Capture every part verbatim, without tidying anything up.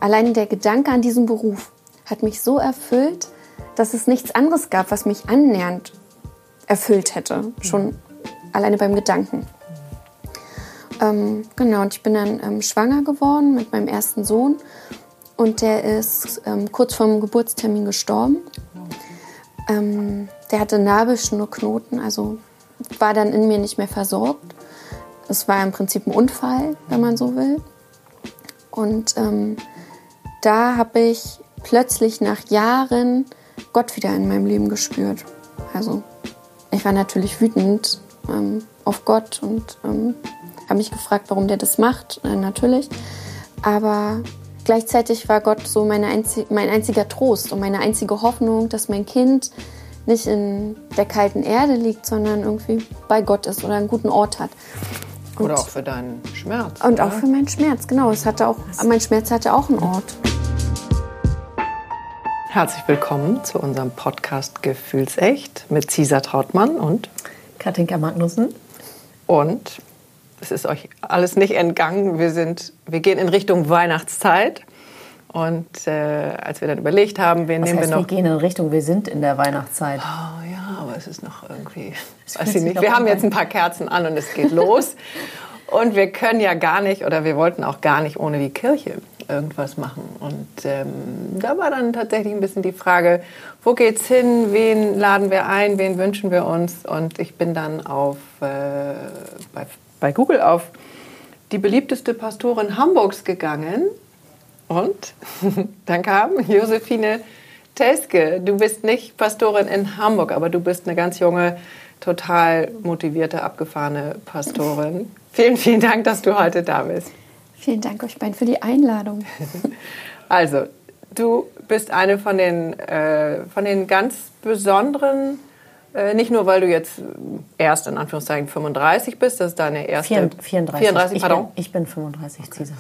allein der Gedanke an diesen Beruf hat mich so erfüllt, dass es nichts anderes gab, was mich annähernd erfüllt hätte. Schon alleine beim Gedanken. Ähm, genau, und ich bin dann ähm, schwanger geworden mit meinem ersten Sohn. Und der ist ähm, kurz vorm Geburtstermin gestorben. Ähm, der hatte Nabelschnurknoten, also war dann in mir nicht mehr versorgt. Es war im Prinzip ein Unfall, wenn man so will. Und ähm, da habe ich plötzlich nach Jahren Gott wieder in meinem Leben gespürt. Also ich war natürlich wütend ähm, auf Gott und ähm, habe mich gefragt, warum der das macht, äh, natürlich. Aber gleichzeitig war Gott so meine einzig, mein einziger Trost und meine einzige Hoffnung, dass mein Kind nicht in der kalten Erde liegt, sondern irgendwie bei Gott ist oder einen guten Ort hat. Und oder auch für deinen Schmerz. Und oder? auch für meinen Schmerz, genau. Es hatte auch, mein Schmerz hatte auch einen Ort. Herzlich willkommen zu unserem Podcast Gefühlsecht mit Cisa Trautmann und Katinka Magnussen. Und es ist euch alles nicht entgangen. Wir, sind, wir gehen in Richtung Weihnachtszeit. Und äh, als wir dann überlegt haben, wen Was nehmen heißt, wir noch... wir gehen in Richtung, wir sind in der Weihnachtszeit. Oh ja, aber es ist noch irgendwie... Es Weiß fühlt ich sich nicht. noch Wir haben an. jetzt ein paar Kerzen an und es geht los. Und wir können ja gar nicht, oder wir wollten auch gar nicht ohne die Kirche irgendwas machen. Und ähm, da war dann tatsächlich ein bisschen die Frage, wo geht's hin, wen laden wir ein, wen wünschen wir uns? Und ich bin dann auf, äh, bei, bei Google auf die beliebteste Pastorin Hamburgs gegangen. Und dann kam Josephine Teske. Du bist nicht Pastorin in Hamburg, aber du bist eine ganz junge, total motivierte, abgefahrene Pastorin. Vielen, vielen Dank, dass du heute da bist. Vielen Dank euch beiden für die Einladung. Also, du bist eine von den, äh, von den ganz besonderen, äh, nicht nur, weil du jetzt erst in Anführungszeichen fünfunddreißig bist, das ist deine erste... vierunddreißig. vierunddreißig, ich, pardon. bin, ich bin fünfunddreißig, Cisa.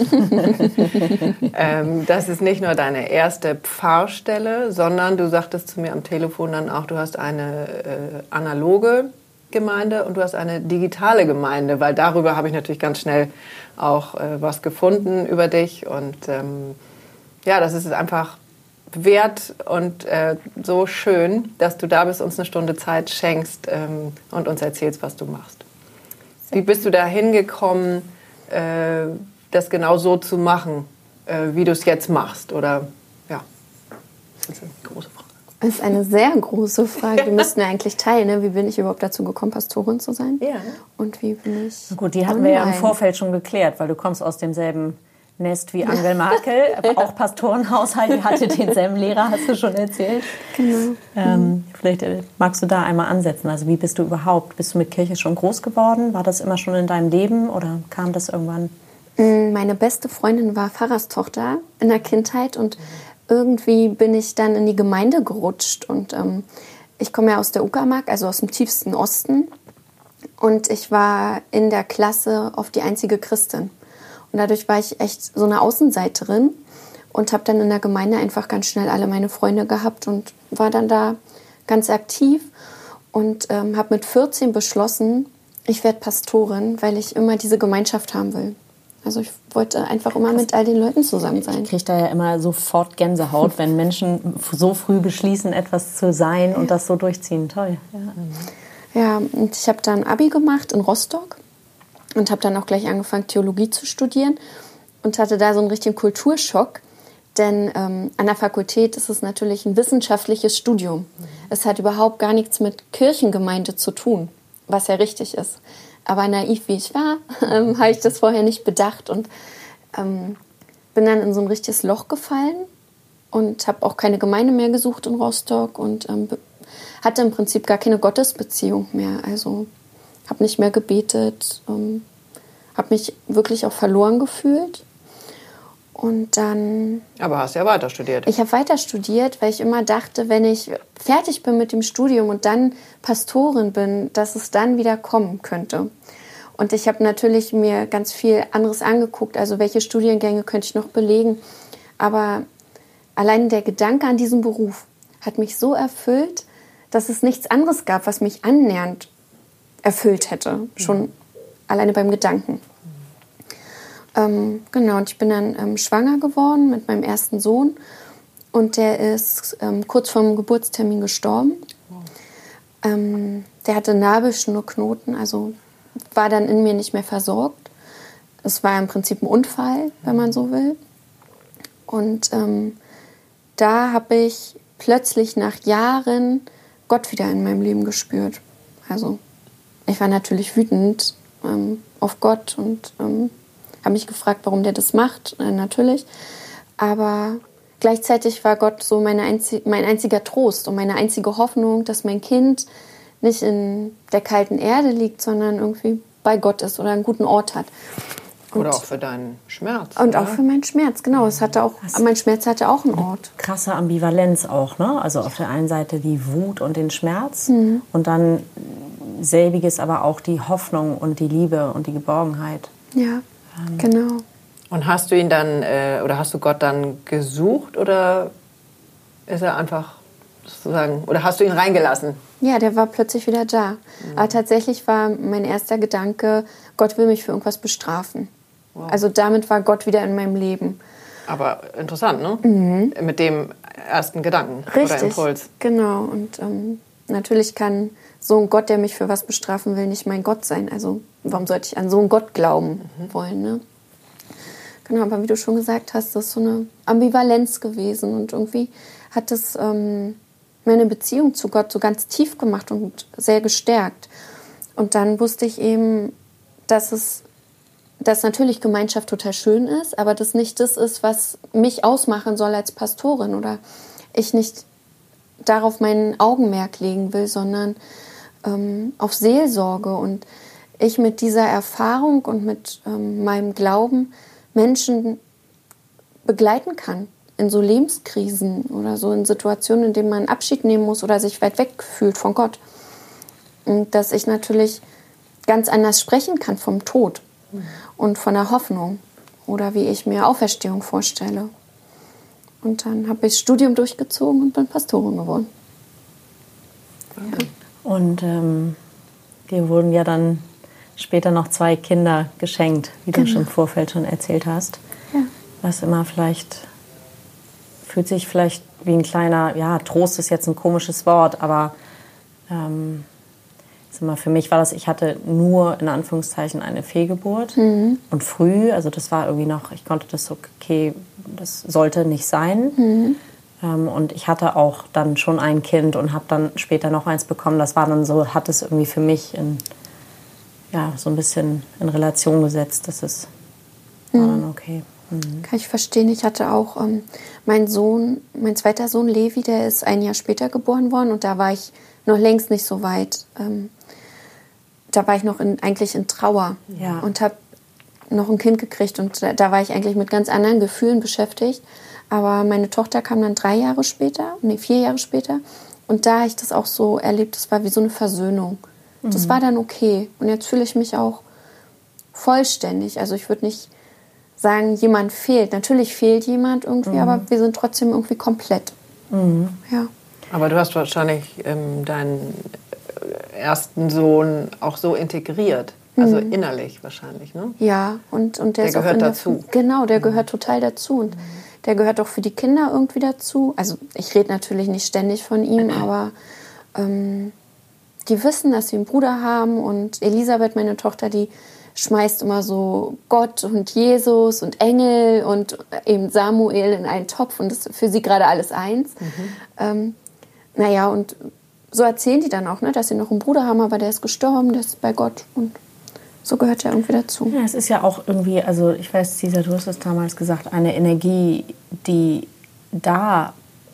ähm, das ist nicht nur deine erste Pfarrstelle, sondern du sagtest zu mir am Telefon dann auch, du hast eine äh, analoge Gemeinde und du hast eine digitale Gemeinde, weil darüber habe ich natürlich ganz schnell auch äh, was gefunden über dich. Und ähm, ja, das ist einfach wert und äh, so schön, dass du da bist, uns eine Stunde Zeit schenkst ähm, und uns erzählst, was du machst. Wie bist du da hingekommen, äh, das genau so zu machen, äh, wie du es jetzt machst? Oder ja, das ist eine große Frage. Das ist eine sehr große Frage. Die müssten wir eigentlich teilen. Ne? Wie bin ich überhaupt dazu gekommen, Pastorin zu sein? Ja. Und wie bin ich... Na gut, die hatten wir ja im Vorfeld schon geklärt, weil du kommst aus demselben Nest wie Angela Merkel. Auch Pastorenhaushalt, die hatte denselben Lehrer, hast du schon erzählt. Genau. Ähm, vielleicht äh, magst du da einmal ansetzen. Also wie bist du überhaupt? Bist du mit Kirche schon groß geworden? War das immer schon in deinem Leben oder kam das irgendwann? Meine beste Freundin war Pfarrerstochter in der Kindheit und irgendwie bin ich dann in die Gemeinde gerutscht. Und ähm, ich komme ja aus der Uckermark, also aus dem tiefsten Osten. Und ich war in der Klasse oft die einzige Christin. Und dadurch war ich echt so eine Außenseiterin und habe dann in der Gemeinde einfach ganz schnell alle meine Freunde gehabt und war dann da ganz aktiv und ähm, habe mit vierzehn beschlossen, ich werde Pastorin, weil ich immer diese Gemeinschaft haben will. Also ich wollte einfach immer mit all den Leuten zusammen sein. Ich kriege da ja immer sofort Gänsehaut, wenn Menschen so früh beschließen, etwas zu sein und das so durchziehen. Toll. Ja, ja, und ich habe dann Abi gemacht in Rostock und habe dann auch gleich angefangen, Theologie zu studieren und hatte da so einen richtigen Kulturschock. Denn ähm, an der Fakultät ist es natürlich ein wissenschaftliches Studium. Mhm. Es hat überhaupt gar nichts mit Kirchengemeinde zu tun, was ja richtig ist. Aber naiv wie ich war, ähm, habe ich das vorher nicht bedacht und ähm, bin dann in so ein richtiges Loch gefallen und habe auch keine Gemeinde mehr gesucht in Rostock und ähm, hatte im Prinzip gar keine Gottesbeziehung mehr. Also habe nicht mehr gebetet, ähm, habe mich wirklich auch verloren gefühlt. Und dann... Aber hast ja weiter studiert. Ich habe weiter studiert, weil ich immer dachte, wenn ich fertig bin mit dem Studium und dann Pastorin bin, dass es dann wieder kommen könnte. Und ich habe natürlich mir ganz viel anderes angeguckt, also welche Studiengänge könnte ich noch belegen. Aber allein der Gedanke an diesen Beruf hat mich so erfüllt, dass es nichts anderes gab, was mich annähernd erfüllt hätte. Schon alleine beim Gedanken. Ähm, genau, und ich bin dann ähm, schwanger geworden mit meinem ersten Sohn. Und der ist ähm, kurz vorm Geburtstermin gestorben. Wow. Ähm, der hatte Nabelschnurknoten, also war dann in mir nicht mehr versorgt. Es war im Prinzip ein Unfall, wenn man so will. Und ähm, da habe ich plötzlich nach Jahren Gott wieder in meinem Leben gespürt. Also ich war natürlich wütend ähm, auf Gott und ähm, habe mich gefragt, warum der das macht, äh, natürlich. Aber gleichzeitig war Gott so meine einzig, mein einziger Trost und meine einzige Hoffnung, dass mein Kind nicht in der kalten Erde liegt, sondern irgendwie bei Gott ist oder einen guten Ort hat. Und oder auch für deinen Schmerz. Und oder? auch für meinen Schmerz, genau. Es hatte auch, mein Schmerz hatte auch einen Ort. Krasse Ambivalenz auch, ne? Also auf der einen Seite die Wut und den Schmerz mhm. und dann selbiges aber auch die Hoffnung und die Liebe und die Geborgenheit. Ja, ähm. genau. Und hast du ihn dann, äh, oder hast du Gott dann gesucht oder ist er einfach sozusagen, oder hast du ihn reingelassen? Ja, der war plötzlich wieder da. Mhm. Aber tatsächlich war mein erster Gedanke, Gott will mich für irgendwas bestrafen. Wow. Also damit war Gott wieder in meinem Leben. Aber interessant, ne? Mhm. Mit dem ersten Gedanken Richtig, oder Impuls. Genau. Und ähm, natürlich kann so ein Gott, der mich für was bestrafen will, nicht mein Gott sein. Also warum sollte ich an so einen Gott glauben mhm. wollen, ne? Genau, aber wie du schon gesagt hast, das ist so eine Ambivalenz gewesen. Und irgendwie hat das ähm, meine Beziehung zu Gott so ganz tief gemacht und sehr gestärkt. Und dann wusste ich eben, dass es, dass natürlich Gemeinschaft total schön ist, aber das nicht das ist, was mich ausmachen soll als Pastorin oder ich nicht darauf mein Augenmerk legen will, sondern ähm, auf Seelsorge. Und ich mit dieser Erfahrung und mit ähm, meinem Glauben Menschen begleiten kann in so Lebenskrisen oder so in Situationen, in denen man Abschied nehmen muss oder sich weit weg fühlt von Gott. Und dass ich natürlich ganz anders sprechen kann vom Tod mhm. und von der Hoffnung oder wie ich mir Auferstehung vorstelle. Und dann habe ich das Studium durchgezogen und bin Pastorin geworden. Ja. Und ähm, dir wurden ja dann später noch zwei Kinder geschenkt, wie du genau. schon im Vorfeld schon erzählt hast. Ja. Was immer vielleicht, fühlt sich vielleicht wie ein kleiner, ja, Trost ist jetzt ein komisches Wort, aber ähm, immer, für mich war das, ich hatte nur in Anführungszeichen eine Fehlgeburt mhm. und früh, also das war irgendwie noch, ich konnte das so, okay, das sollte nicht sein. Mhm. Ähm, und ich hatte auch dann schon ein Kind und habe dann später noch eins bekommen. Das war dann so, hat es irgendwie für mich in ja, so ein bisschen in Relation gesetzt. Das ist war dann okay. Mhm. Kann ich verstehen. Ich hatte auch ähm, mein Sohn, mein zweiter Sohn Levi, der ist ein Jahr später geboren worden und da war ich noch längst nicht so weit. Ähm, da war ich noch in, eigentlich in Trauer ja. und habe noch ein Kind gekriegt und da, da war ich eigentlich mit ganz anderen Gefühlen beschäftigt. Aber meine Tochter kam dann drei Jahre später, nee, vier Jahre später und da habe ich das auch so erlebt, das war wie so eine Versöhnung. Das war dann okay. Und jetzt fühle ich mich auch vollständig. Also ich würde nicht sagen, jemand fehlt. Natürlich fehlt jemand irgendwie, mhm. aber wir sind trotzdem irgendwie komplett. Mhm. Ja. Aber du hast wahrscheinlich ähm, deinen ersten Sohn auch so integriert. Also mhm. innerlich wahrscheinlich, ne? Ja, und, und der, der ist gehört auch in dazu. Der, genau, der mhm. gehört total dazu. Und mhm. der gehört auch für die Kinder irgendwie dazu. Also ich rede natürlich nicht ständig von ihm, mhm. aber ähm, die wissen, dass sie einen Bruder haben und Elisabeth, meine Tochter, die schmeißt immer so Gott und Jesus und Engel und eben Samuel in einen Topf und das ist für sie gerade alles eins. Mhm. Ähm, naja, und so erzählen die dann auch, ne, dass sie noch einen Bruder haben, aber der ist gestorben, der ist bei Gott und so gehört er irgendwie dazu. Ja, es ist ja auch irgendwie, also ich weiß, Cesar, du hast es damals gesagt, eine Energie, die da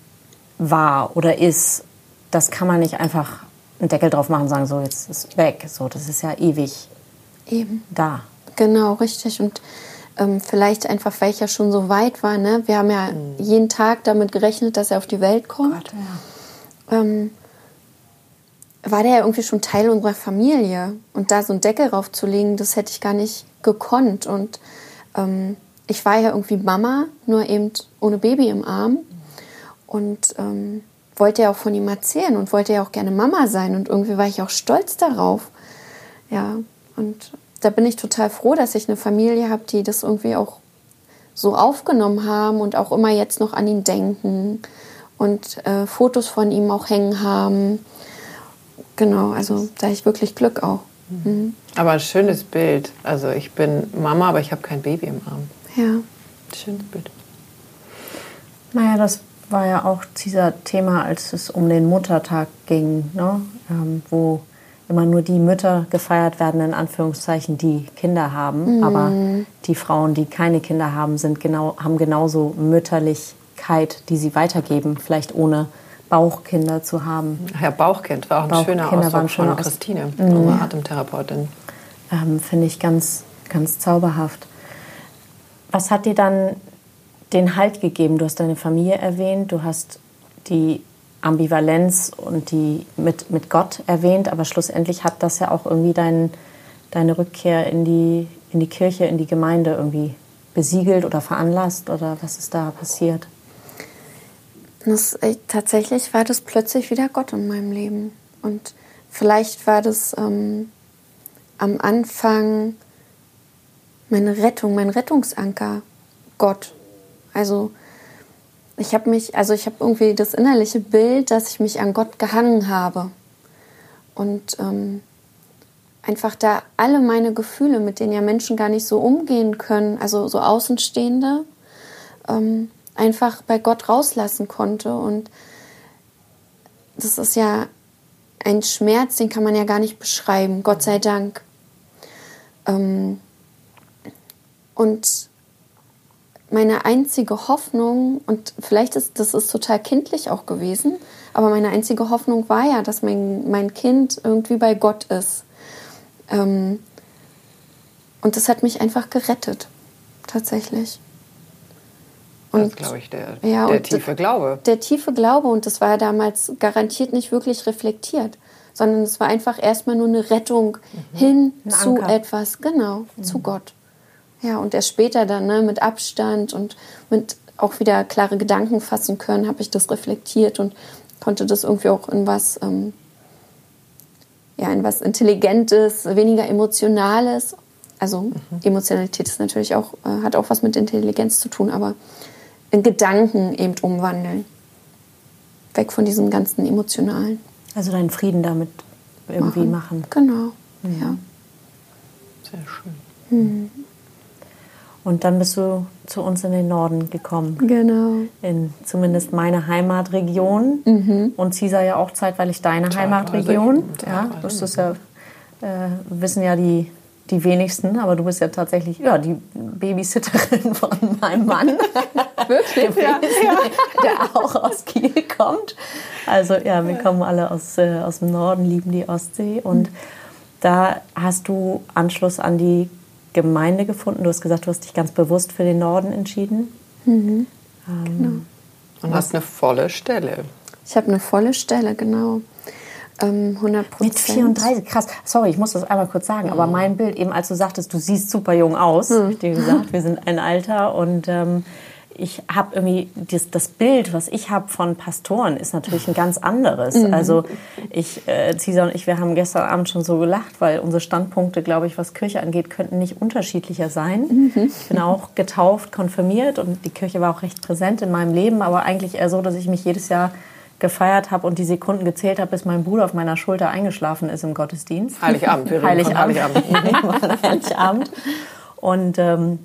war oder ist, das kann man nicht einfach einen Deckel drauf machen und sagen, so, jetzt ist weg. So, das ist ja ewig Eben. da. Genau, richtig. Und ähm, vielleicht einfach, weil ich ja schon so weit war, ne? Wir haben ja mhm. jeden Tag damit gerechnet, dass er auf die Welt kommt. Gott, ja. ähm, war der ja irgendwie schon Teil unserer Familie. Und da so einen Deckel raufzulegen, das hätte ich gar nicht gekonnt. Und ähm, ich war ja irgendwie Mama, nur eben ohne Baby im Arm. Und ähm, wollte ja auch von ihm erzählen und wollte ja auch gerne Mama sein. Und irgendwie war ich auch stolz darauf. Ja, und da bin ich total froh, dass ich eine Familie habe, die das irgendwie auch so aufgenommen haben und auch immer jetzt noch an ihn denken und äh, Fotos von ihm auch hängen haben. Genau, also da habe ich wirklich Glück auch. Mhm. Aber ein schönes Bild. Also ich bin Mama, aber ich habe kein Baby im Arm. Ja. Schönes Bild. Naja, das war ja auch dieser Thema, als es um den Muttertag ging, ne? ähm, wo immer nur die Mütter gefeiert werden, in Anführungszeichen, die Kinder haben. Mhm. Aber die Frauen, die keine Kinder haben, sind genau, haben genauso Mütterlichkeit, die sie weitergeben, vielleicht ohne Bauchkinder zu haben. Ach ja, Bauchkind war auch ein schöner Ausdruck von Christine, mhm. unsere Atemtherapeutin. Ähm, Finde ich ganz, ganz zauberhaft. Was hat dir dann den Halt gegeben? Du hast deine Familie erwähnt, du hast die Ambivalenz und die mit, mit Gott erwähnt, aber schlussendlich hat das ja auch irgendwie dein, deine Rückkehr in die, in die Kirche, in die Gemeinde irgendwie besiegelt oder veranlasst, oder was ist da passiert? Das, äh, tatsächlich war das plötzlich wieder Gott in meinem Leben. Und vielleicht war das ähm, am Anfang meine Rettung, mein Rettungsanker, Gott. Also ich habe mich, also ich habe irgendwie das innerliche Bild, dass ich mich an Gott gehangen habe. Und ähm, einfach da alle meine Gefühle, mit denen ja Menschen gar nicht so umgehen können, also so Außenstehende, ähm, einfach bei Gott rauslassen konnte. Und das ist ja ein Schmerz, den kann man ja gar nicht beschreiben, Gott sei Dank. Ähm, und meine einzige Hoffnung, und vielleicht ist das ist total kindlich auch gewesen, aber meine einzige Hoffnung war ja, dass mein, mein Kind irgendwie bei Gott ist. Ähm, und das hat mich einfach gerettet, tatsächlich. Und, das ist, glaube ich, der, ja, der tiefe Glaube. Der tiefe Glaube, und das war damals garantiert nicht wirklich reflektiert, sondern es war einfach erstmal nur eine Rettung mhm. hin Ein zu Anker. etwas, genau, mhm. zu Gott. Ja, und erst später dann, ne, mit Abstand und mit auch wieder klare Gedanken fassen können, habe ich das reflektiert und konnte das irgendwie auch in was, ähm, ja, in was Intelligentes, weniger Emotionales. Also mhm. Emotionalität ist natürlich auch, äh, hat auch was mit Intelligenz zu tun, aber in Gedanken eben umwandeln. Weg von diesem ganzen Emotionalen. Also deinen Frieden damit irgendwie machen. machen. Genau, mhm. ja. Sehr schön. Mhm. Und dann bist du zu uns in den Norden gekommen. Genau. In zumindest meine Heimatregion. Mhm. Und Cesar ja auch zeitweilig deine Teilweise. Heimatregion. Ja, das ist ja, äh, wissen ja die, die wenigsten, aber du bist ja tatsächlich ja, die Babysitterin von meinem Mann. Wirklich? Ja, ja. Der auch aus Kiel kommt. Also ja, wir kommen alle aus, äh, aus dem Norden, lieben die Ostsee. Und mhm. da hast du Anschluss an die Gemeinde gefunden. Du hast gesagt, du hast dich ganz bewusst für den Norden entschieden. Mhm. Ähm, genau. Und hast eine volle Stelle. Ich habe eine volle Stelle, genau. Ähm, hundert Prozent. Mit vierunddreißig, krass. Sorry, ich muss das einmal kurz sagen, mhm. aber mein Bild, eben als du sagtest, du siehst super jung aus, mhm. habe ich dir gesagt, wir sind ein Alter, und ähm, ich habe irgendwie, das, das Bild, was ich habe von Pastoren, ist natürlich ein ganz anderes. Mhm. Also ich, äh, Cesar und ich, wir haben gestern Abend schon so gelacht, weil unsere Standpunkte, glaube ich, was Kirche angeht, könnten nicht unterschiedlicher sein. Mhm. Ich bin auch getauft, konfirmiert, und die Kirche war auch recht präsent in meinem Leben, aber eigentlich eher so, dass ich mich jedes Jahr gefeiert habe und die Sekunden gezählt habe, bis mein Bruder auf meiner Schulter eingeschlafen ist im Gottesdienst. Heiligabend, wir reden Heiligabend. von Heiligabend. Heiligabend. Und ähm,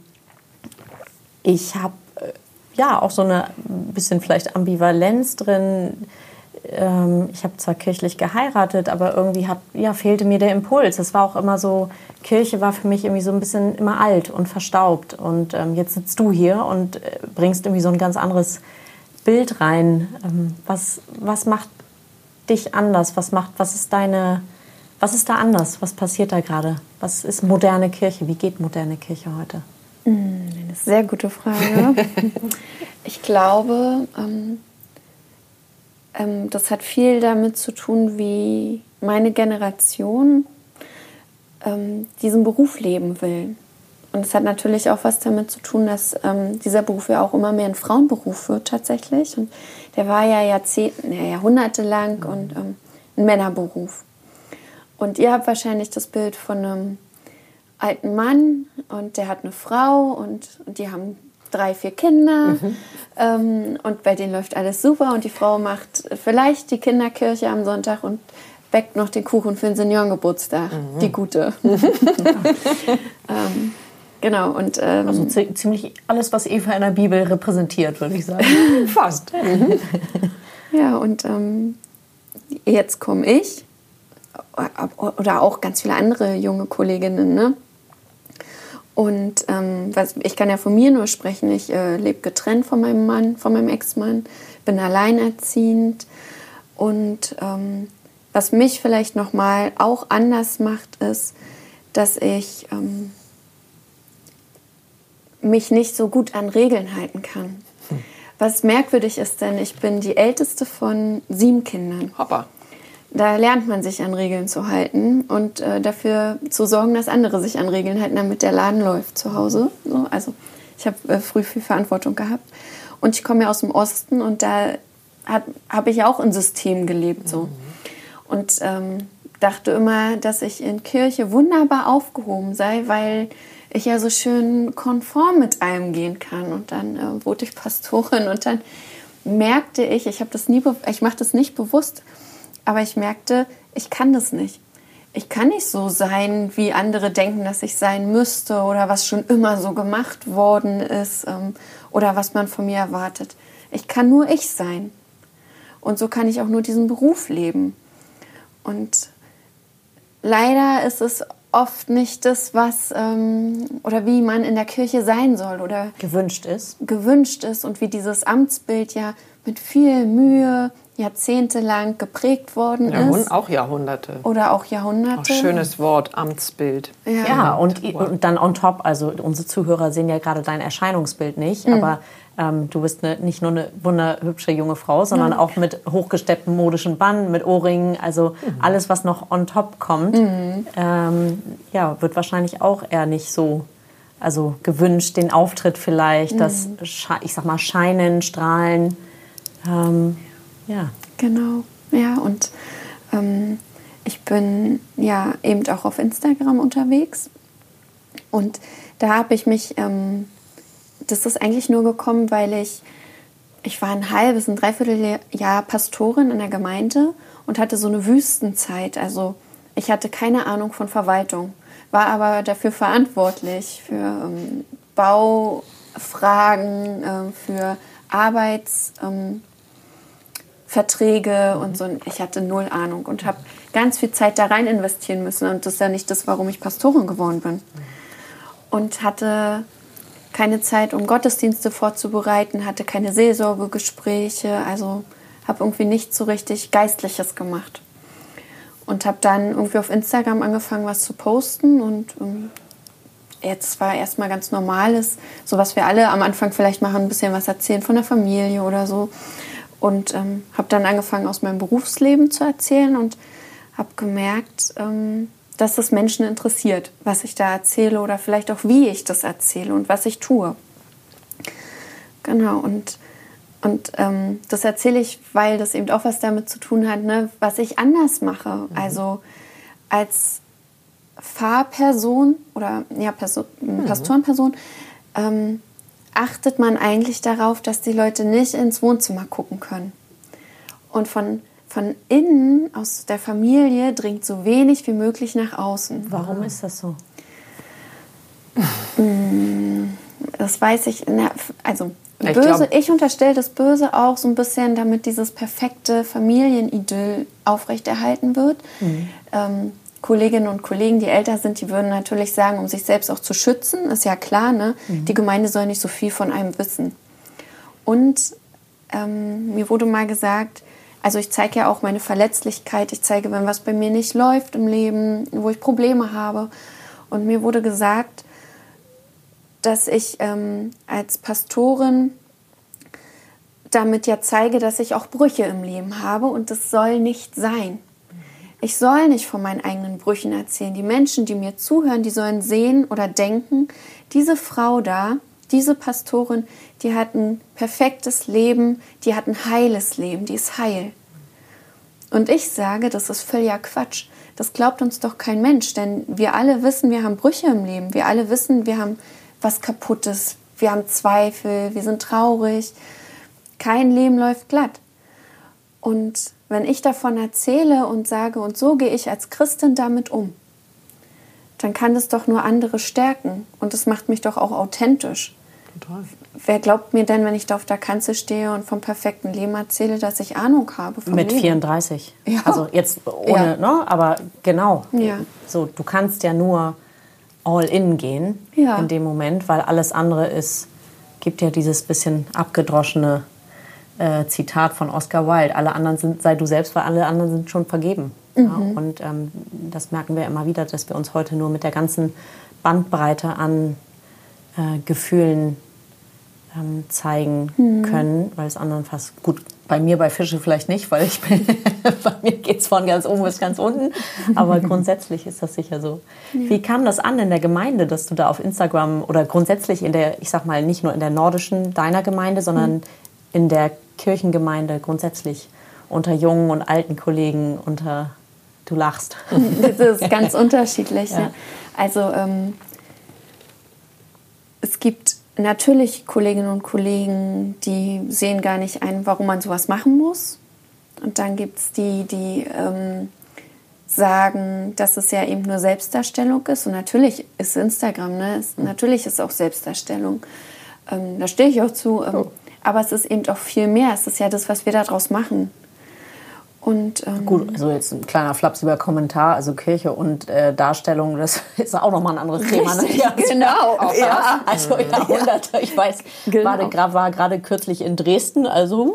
ich habe ja auch so eine bisschen vielleicht Ambivalenz drin. Ähm, ich habe zwar kirchlich geheiratet, aber irgendwie hat, ja, fehlte mir der Impuls. Es war auch immer so, Kirche war für mich irgendwie so ein bisschen immer alt und verstaubt. Und ähm, jetzt sitzt du hier und äh, bringst irgendwie so ein ganz anderes Bild rein. Ähm, was, was macht dich anders? Was macht, was ist deine, was ist da anders? Was passiert da gerade? Was ist moderne Kirche? Wie geht moderne Kirche heute? Eine sehr gute Frage. Ich glaube, ähm, ähm, das hat viel damit zu tun, wie meine Generation ähm, diesen Beruf leben will. Und es hat natürlich auch was damit zu tun, dass ähm, dieser Beruf ja auch immer mehr ein Frauenberuf wird tatsächlich. Und der war ja Jahrzehnte, ja, Jahrhunderte lang und ähm, ein Männerberuf. Und ihr habt wahrscheinlich das Bild von einem alten Mann und der hat eine Frau und, und die haben drei, vier Kinder mhm. ähm, und bei denen läuft alles super und die Frau macht vielleicht die Kinderkirche am Sonntag und backt noch den Kuchen für den Seniorengeburtstag, mhm. die gute. ähm, genau. Und, ähm, also z- ziemlich alles, was Eva in der Bibel repräsentiert, würde ich sagen. Fast. Mhm. Ja, und ähm, jetzt komme ich oder auch ganz viele andere junge Kolleginnen, ne? Und ähm, was, ich kann ja von mir nur sprechen, ich äh, lebe getrennt von meinem Mann, von meinem Ex-Mann, bin alleinerziehend und ähm, was mich vielleicht nochmal auch anders macht, ist, dass ich ähm, mich nicht so gut an Regeln halten kann. Hm. Was merkwürdig ist, denn ich bin die älteste von sieben Kindern. Hoppa. Da lernt man sich an Regeln zu halten und äh, dafür zu sorgen, dass andere sich an Regeln halten, damit der Laden läuft zu Hause. So, also ich habe äh, früh viel Verantwortung gehabt. Und ich komme ja aus dem Osten und da habe ich auch in System gelebt. So. Mhm. Und ähm, dachte immer, dass ich in Kirche wunderbar aufgehoben sei, weil ich ja so schön konform mit allem gehen kann. Und dann äh, wurde ich Pastorin und dann merkte ich, ich habe das nie, be- ich mache das nicht bewusst, aber ich merkte, ich kann das nicht. Ich kann nicht so sein, wie andere denken, dass ich sein müsste oder was schon immer so gemacht worden ist ähm, oder was man von mir erwartet. Ich kann nur ich sein. Und so kann ich auch nur diesen Beruf leben. Und leider ist es oft nicht das, was ähm, oder wie man in der Kirche sein soll oder gewünscht ist. gewünscht ist und wie dieses Amtsbild ja mit viel Mühe jahrzehntelang geprägt worden ja, ist. Auch Jahrhunderte. Oder auch Jahrhunderte. Auch schönes Wort, Amtsbild. Ja, ja und, und dann on top, also unsere Zuhörer sehen ja gerade dein Erscheinungsbild nicht, mhm. aber ähm, du bist eine, nicht nur eine wunderhübsche junge Frau, sondern mhm. auch mit hochgestepptem modischen Band, mit Ohrringen, also mhm. alles, was noch on top kommt, mhm. ähm, ja, wird wahrscheinlich auch eher nicht so also gewünscht, den Auftritt vielleicht, mhm. das, ich sag mal, Scheinen, Strahlen, ähm, ja. Genau, ja, und ähm, ich bin ja eben auch auf Instagram unterwegs und da habe ich mich, ähm, das ist eigentlich nur gekommen, weil ich, ich war ein halbes, ein Dreivierteljahr Pastorin in der Gemeinde und hatte so eine Wüstenzeit, also ich hatte keine Ahnung von Verwaltung, war aber dafür verantwortlich, für ähm, Baufragen, äh, für Arbeits... Ähm, Verträge und so. Ich hatte null Ahnung und habe ganz viel Zeit da rein investieren müssen. Und das ist ja nicht das, warum ich Pastorin geworden bin. Und hatte keine Zeit, um Gottesdienste vorzubereiten, hatte keine Seelsorgegespräche, also habe irgendwie nicht so richtig Geistliches gemacht. Und habe dann irgendwie auf Instagram angefangen, was zu posten. Und ähm, jetzt war erstmal ganz Normales, so was wir alle am Anfang vielleicht machen, ein bisschen was erzählen von der Familie oder so. Und ähm, habe dann angefangen, aus meinem Berufsleben zu erzählen und habe gemerkt, ähm, dass das Menschen interessiert, was ich da erzähle oder vielleicht auch, wie ich das erzähle und was ich tue. Genau, und, und ähm, das erzähle ich, weil das eben auch was damit zu tun hat, ne, was ich anders mache. Mhm. Also als Pfarrperson oder ja, Person, mhm. Pastorenperson ähm, achtet man eigentlich darauf, dass die Leute nicht ins Wohnzimmer gucken können. Und von, von innen, aus der Familie, dringt so wenig wie möglich nach außen. Warum ist das so? Das weiß ich. Na, also ich böse, glaub... ich unterstelle das Böse auch so ein bisschen, damit dieses perfekte Familienidyll aufrechterhalten wird. Mhm. Ähm, Kolleginnen und Kollegen, die älter sind, die würden natürlich sagen, um sich selbst auch zu schützen, ist ja klar, ne? Mhm. Die Gemeinde soll nicht so viel von einem wissen. Und ähm, mir wurde mal gesagt, also ich zeige ja auch meine Verletzlichkeit, ich zeige, wenn was bei mir nicht läuft im Leben, wo ich Probleme habe. Und mir wurde gesagt, dass ich ähm, als Pastorin damit ja zeige, dass ich auch Brüche im Leben habe und das soll nicht sein. Ich soll nicht von meinen eigenen Brüchen erzählen. Die Menschen, die mir zuhören, die sollen sehen oder denken, diese Frau da, diese Pastorin, die hat ein perfektes Leben, die hat ein heiles Leben, die ist heil. Und ich sage, das ist völliger Quatsch, das glaubt uns doch kein Mensch, denn wir alle wissen, wir haben Brüche im Leben. Wir alle wissen, wir haben was Kaputtes, wir haben Zweifel, wir sind traurig. Kein Leben läuft glatt. Und wenn ich davon erzähle und sage, und so gehe ich als Christin damit um, dann kann das doch nur andere stärken. Und das macht mich doch auch authentisch. Total. Wer glaubt mir denn, wenn ich da auf der Kanzel stehe und vom perfekten Leben erzähle, dass ich Ahnung habe vom Mit Leben? vierunddreißig. Ja. Also jetzt ohne, Ja. ne? Aber genau. Ja. So, du kannst ja nur all in gehen Ja. in dem Moment, weil alles andere ist, gibt ja dieses bisschen abgedroschene äh, Zitat von Oscar Wilde. Alle anderen sind, sei du selbst, weil alle anderen sind schon vergeben. Mhm. Ja? Und ähm, das merken wir immer wieder, dass wir uns heute nur mit der ganzen Bandbreite an äh, Gefühlen ähm, zeigen Mhm. können, weil es anderen fast gut, bei mir bei Fische vielleicht nicht, weil ich bin, bei mir geht es von ganz oben bis ganz unten, aber grundsätzlich ist das sicher so. Ja. Wie kam das an in der Gemeinde, dass du da auf Instagram oder grundsätzlich in der, ich sag mal, nicht nur in der nordischen deiner Gemeinde, sondern mhm. in der Kirchengemeinde grundsätzlich unter jungen und alten Kollegen, unter, du lachst. Das ist ganz unterschiedlich. Ja. Ja. Also ähm, es gibt natürlich Kolleginnen und Kollegen, die sehen gar nicht ein, warum man sowas machen muss. Und dann gibt es die, die ähm, sagen, dass es ja eben nur Selbstdarstellung ist. Und natürlich ist Instagram, ne? Es, natürlich ist auch Selbstdarstellung. Ähm, da stehe ich auch zu. Ähm, oh. Aber es ist eben auch viel mehr. Es ist ja das, was wir daraus machen. Und, ähm, gut, also jetzt ein kleiner flapsiger Kommentar, also Kirche und äh, Darstellung, das ist auch nochmal ein anderes Thema. Ne? Ja, genau. Auch ja. das. Also Jahrhunderte, ich weiß, Genau. war, war gerade kürzlich in Dresden, also,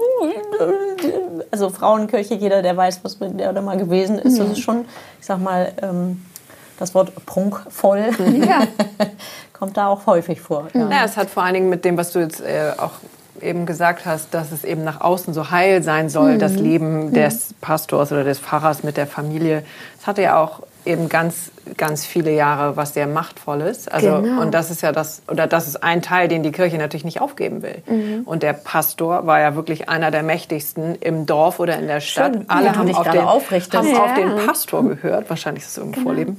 also Frauenkirche, jeder, der weiß, was mit der da mal gewesen ist, das ist schon, ich sag mal, ähm, das Wort prunkvoll Ja. kommt da auch häufig vor. Ja. Ja, es hat vor allen Dingen mit dem, was du jetzt äh, auch eben gesagt hast, dass es eben nach außen so heil sein soll, mhm. das Leben des Pastors oder des Pfarrers mit der Familie. Es hatte ja auch eben ganz, ganz viele Jahre was sehr Machtvolles. Also, genau. Und das ist ja das, oder das ist ein Teil, den die Kirche natürlich nicht aufgeben will. Mhm. Und der Pastor war ja wirklich einer der mächtigsten im Dorf oder in der Stadt. Schön, Alle ja, haben, auf den, haben ja. auf den Pastor gehört. Wahrscheinlich ist es irgendein genau. Vorleben.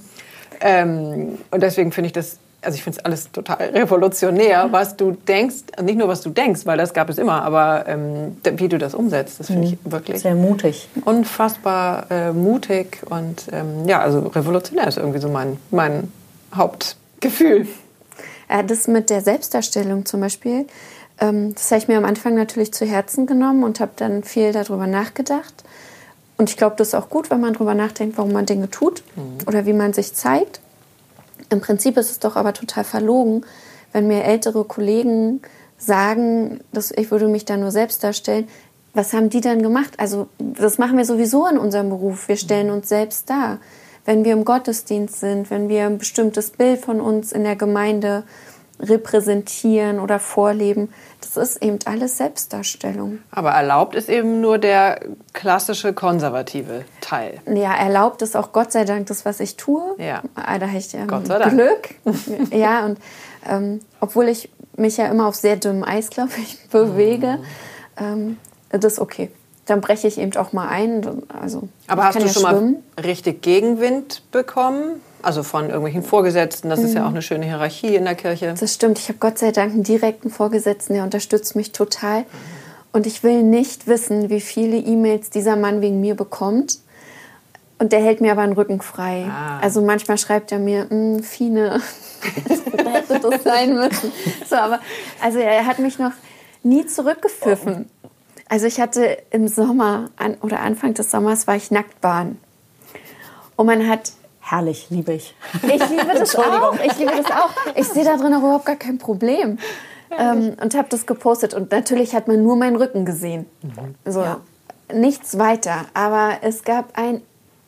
Ähm, und deswegen finde ich das, also ich finde es alles total revolutionär, was du denkst, nicht nur was du denkst, weil das gab es immer, aber ähm, wie du das umsetzt, das finde ich wirklich sehr mutig, unfassbar äh, mutig und ähm, ja, also revolutionär ist irgendwie so mein, mein Hauptgefühl. Ja, das mit der Selbstdarstellung zum Beispiel, ähm, das habe ich mir am Anfang natürlich zu Herzen genommen und habe dann viel darüber nachgedacht. Und ich glaube, das ist auch gut, wenn man darüber nachdenkt, warum man Dinge tut mhm. oder wie man sich zeigt. Im Prinzip ist es doch aber total verlogen, wenn mir ältere Kollegen sagen, dass ich würde mich da nur selbst darstellen. Was haben die denn gemacht? Also das machen wir sowieso in unserem Beruf. Wir stellen uns selbst dar. Wenn wir im Gottesdienst sind, wenn wir ein bestimmtes Bild von uns in der Gemeinde repräsentieren oder vorleben, das ist eben alles Selbstdarstellung. Aber erlaubt ist eben nur der klassische konservative Teil. Ja, erlaubt ist auch Gott sei Dank das, was ich tue. Ja. Ah, da habe ich ja Gott sei Dank. Glück. Ja, und ähm, obwohl ich mich ja immer auf sehr dünnem Eis, glaube ich, bewege, ähm, das ist okay. Dann breche ich eben auch mal ein. Also, aber hast du ja schon schwimmen. mal richtig Gegenwind bekommen? Also von irgendwelchen Vorgesetzten, das ist ja auch eine schöne Hierarchie in der Kirche. Das stimmt, ich habe Gott sei Dank einen direkten Vorgesetzten, der unterstützt mich total. Und ich will nicht wissen, wie viele E-Mails dieser Mann wegen mir bekommt. Und der hält mir aber den Rücken frei. Ah. Also manchmal schreibt er mir, Fine, da hätte das sein müssen. So, aber also er hat mich noch nie zurückgepfiffen. Also ich hatte im Sommer an, oder Anfang des Sommers war ich nackt baden. Und man hat herrlich, liebe ich. Ich liebe das auch. Ich liebe das auch. Ich sehe da drin auch überhaupt gar kein Problem. Ähm, und habe das gepostet. Und natürlich hat man nur meinen Rücken gesehen. Mhm. So, ja. Nichts weiter. Aber es gab ein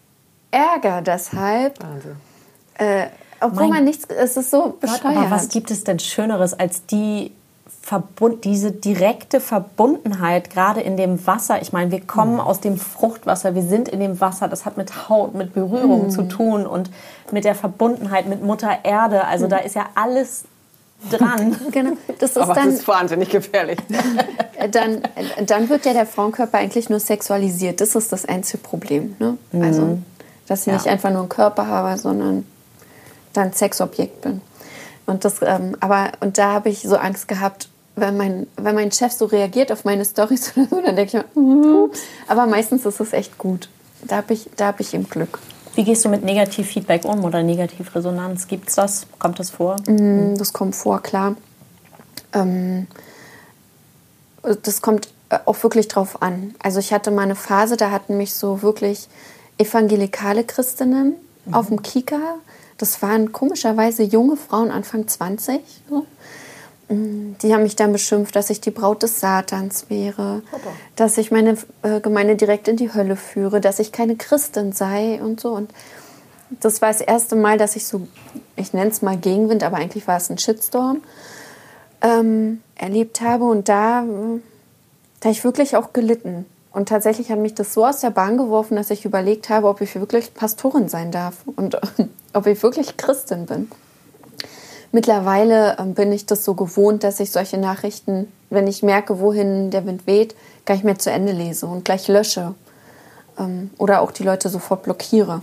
Ärger deshalb. Wahnsinn. Äh, obwohl mein man nichts... Es ist so bescheuert. Aber was gibt es denn Schöneres als die... Verbund, diese direkte Verbundenheit, gerade in dem Wasser. Ich meine, wir kommen mhm. aus dem Fruchtwasser, wir sind in dem Wasser, das hat mit Haut, mit Berührung mhm. zu tun und mit der Verbundenheit mit Mutter Erde. Also mhm. da ist ja alles dran. Genau. Das ist Aber dann, das ist wahnsinnig gefährlich. dann, dann wird ja der Frauenkörper eigentlich nur sexualisiert. Das ist das einzige Problem. Ne? Mhm. Also Dass ich Ja. nicht einfach nur einen Körper habe, sondern dann Sexobjekt bin. Und das, ähm, aber und da habe ich so Angst gehabt, wenn mein, wenn mein Chef so reagiert auf meine Storys oder so, dann denke ich mir, mm, aber meistens ist es echt gut. Da habe ich, da habe ich eben Glück. Wie gehst du mit Negativfeedback um oder Negativresonanz? Gibt's das? Kommt das vor? Mm, Das kommt vor, klar. Ähm, das kommt auch wirklich drauf an. Also ich hatte mal eine Phase, da hatten mich so wirklich evangelikale Christinnen mhm. auf dem Kika. Das waren komischerweise junge Frauen, Anfang zwanzig. So. Die haben mich dann beschimpft, dass ich die Braut des Satans wäre, Papa. dass ich meine äh, Gemeinde direkt in die Hölle führe, dass ich keine Christin sei und so. Und das war das erste Mal, dass ich so, ich nenne es mal Gegenwind, aber eigentlich war es ein Shitstorm, ähm, erlebt habe. Und da, da habe ich wirklich auch gelitten. Und tatsächlich hat mich das so aus der Bahn geworfen, dass ich überlegt habe, ob ich wirklich Pastorin sein darf und ob ich wirklich Christin bin. Mittlerweile ähm, bin ich das so gewohnt, dass ich solche Nachrichten, wenn ich merke, wohin der Wind weht, gar nicht mehr zu Ende lese und gleich lösche. Ähm, oder auch die Leute sofort blockiere.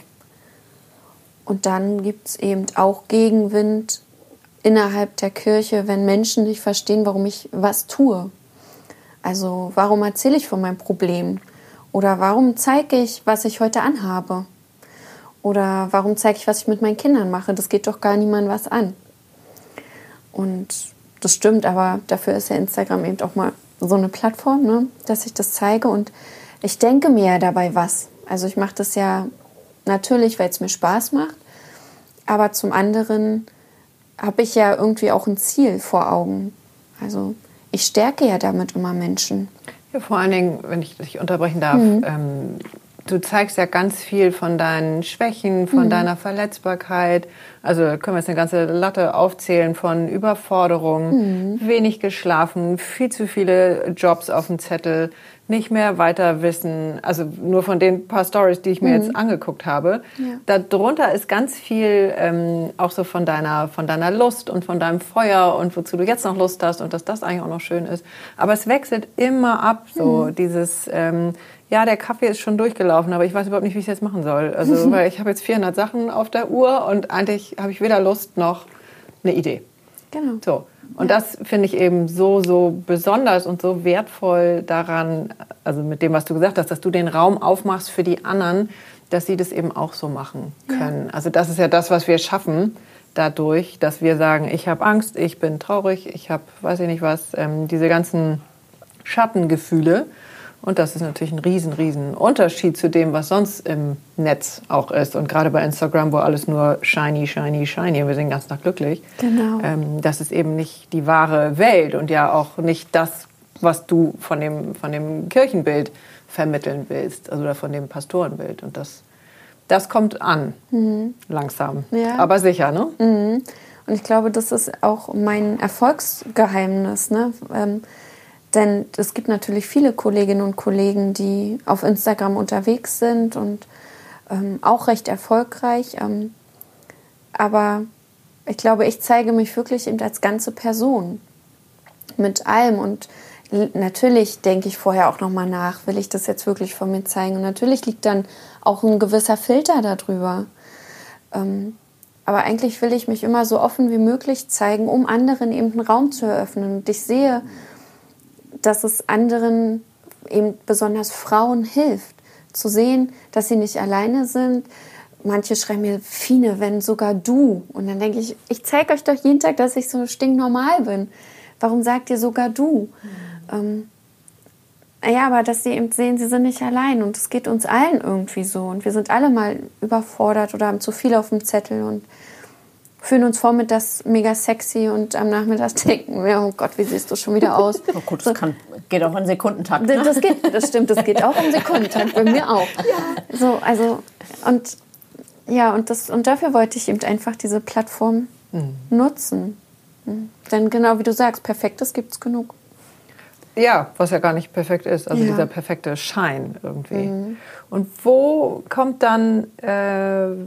Und dann gibt es eben auch Gegenwind innerhalb der Kirche, wenn Menschen nicht verstehen, warum ich was tue. Also warum erzähle ich von meinem Problem? Oder warum zeige ich, was ich heute anhabe? Oder warum zeige ich, was ich mit meinen Kindern mache? Das geht doch gar niemandem was an. Und das stimmt, aber dafür ist ja Instagram eben auch mal so eine Plattform, ne, dass ich das zeige. Und ich denke mir ja dabei was. Also ich mache das ja natürlich, weil es mir Spaß macht. Aber zum anderen habe ich ja irgendwie auch ein Ziel vor Augen. Also ich stärke ja damit immer Menschen. Ja, vor allen Dingen, wenn ich dich unterbrechen darf, mhm. ähm, du zeigst ja ganz viel von deinen Schwächen, von mhm. deiner Verletzbarkeit. Also können wir jetzt eine ganze Latte aufzählen von Überforderung, mhm. wenig geschlafen, viel zu viele Jobs auf dem Zettel, nicht mehr weiter wissen. Also nur von den paar Stories, die ich mir mhm. jetzt angeguckt habe. Ja. Darunter ist ganz viel ähm, auch so von deiner, von deiner Lust und von deinem Feuer und wozu du jetzt noch Lust hast und dass das eigentlich auch noch schön ist. Aber es wechselt immer ab, so mhm. dieses... Ähm, ja, der Kaffee ist schon durchgelaufen, aber ich weiß überhaupt nicht, wie ich es jetzt machen soll. Also, weil ich habe jetzt vierhundert Sachen auf der Uhr und eigentlich habe ich weder Lust noch eine Idee. Genau. So. Und ja. das finde ich eben so, so besonders und so wertvoll daran, also mit dem, was du gesagt hast, dass du den Raum aufmachst für die anderen, dass sie das eben auch so machen können. Ja. Also das ist ja das, was wir schaffen dadurch, dass wir sagen, ich habe Angst, ich bin traurig, ich habe, weiß ich nicht was, ähm, diese ganzen Schattengefühle. Und das ist natürlich ein riesen, riesen Unterschied zu dem, was sonst im Netz auch ist. Und gerade bei Instagram, wo alles nur shiny, shiny, shiny, und wir sind den ganzen Tag glücklich. Genau. Ähm, das ist eben nicht die wahre Welt und ja auch nicht das, was du von dem, von dem Kirchenbild vermitteln willst, also oder von dem Pastorenbild. Und das, das kommt an, mhm. langsam, ja. aber sicher, ne? Mhm. Und ich glaube, das ist auch mein Erfolgsgeheimnis, ne? Ähm, Denn es gibt natürlich viele Kolleginnen und Kollegen, die auf Instagram unterwegs sind und ähm, auch recht erfolgreich. Ähm, aber ich glaube, ich zeige mich wirklich eben als ganze Person mit allem. Und l- natürlich denke ich vorher auch nochmal nach, will ich das jetzt wirklich von mir zeigen? Und natürlich liegt dann auch ein gewisser Filter darüber. Ähm, aber eigentlich will ich mich immer so offen wie möglich zeigen, um anderen eben einen Raum zu eröffnen. Und ich sehe, dass es anderen, eben besonders Frauen, hilft, zu sehen, dass sie nicht alleine sind. Manche schreiben mir, Fine, wenn sogar du. Und dann denke ich, ich zeige euch doch jeden Tag, dass ich so stinknormal bin. Warum sagt ihr sogar du? Mhm. Ähm, ja, aber dass sie eben sehen, sie sind nicht allein. Und es geht uns allen irgendwie so. Und wir sind alle mal überfordert oder haben zu viel auf dem Zettel und fühlen uns vormittags mega sexy und am Nachmittag denken wir, oh Gott, wie siehst du schon wieder aus? Oh gut, das kann, geht auch in Sekundentakt. Ne? Das, geht, das stimmt, das geht auch im Sekundentakt, bei mir auch. Ja. So, also, und, ja, und, das, und dafür wollte ich eben einfach diese Plattform mhm. nutzen. Denn genau wie du sagst, Perfektes gibt es genug. Ja, was ja gar nicht perfekt ist, also ja. dieser perfekte Schein irgendwie. Mhm. Und wo kommt dann... Äh,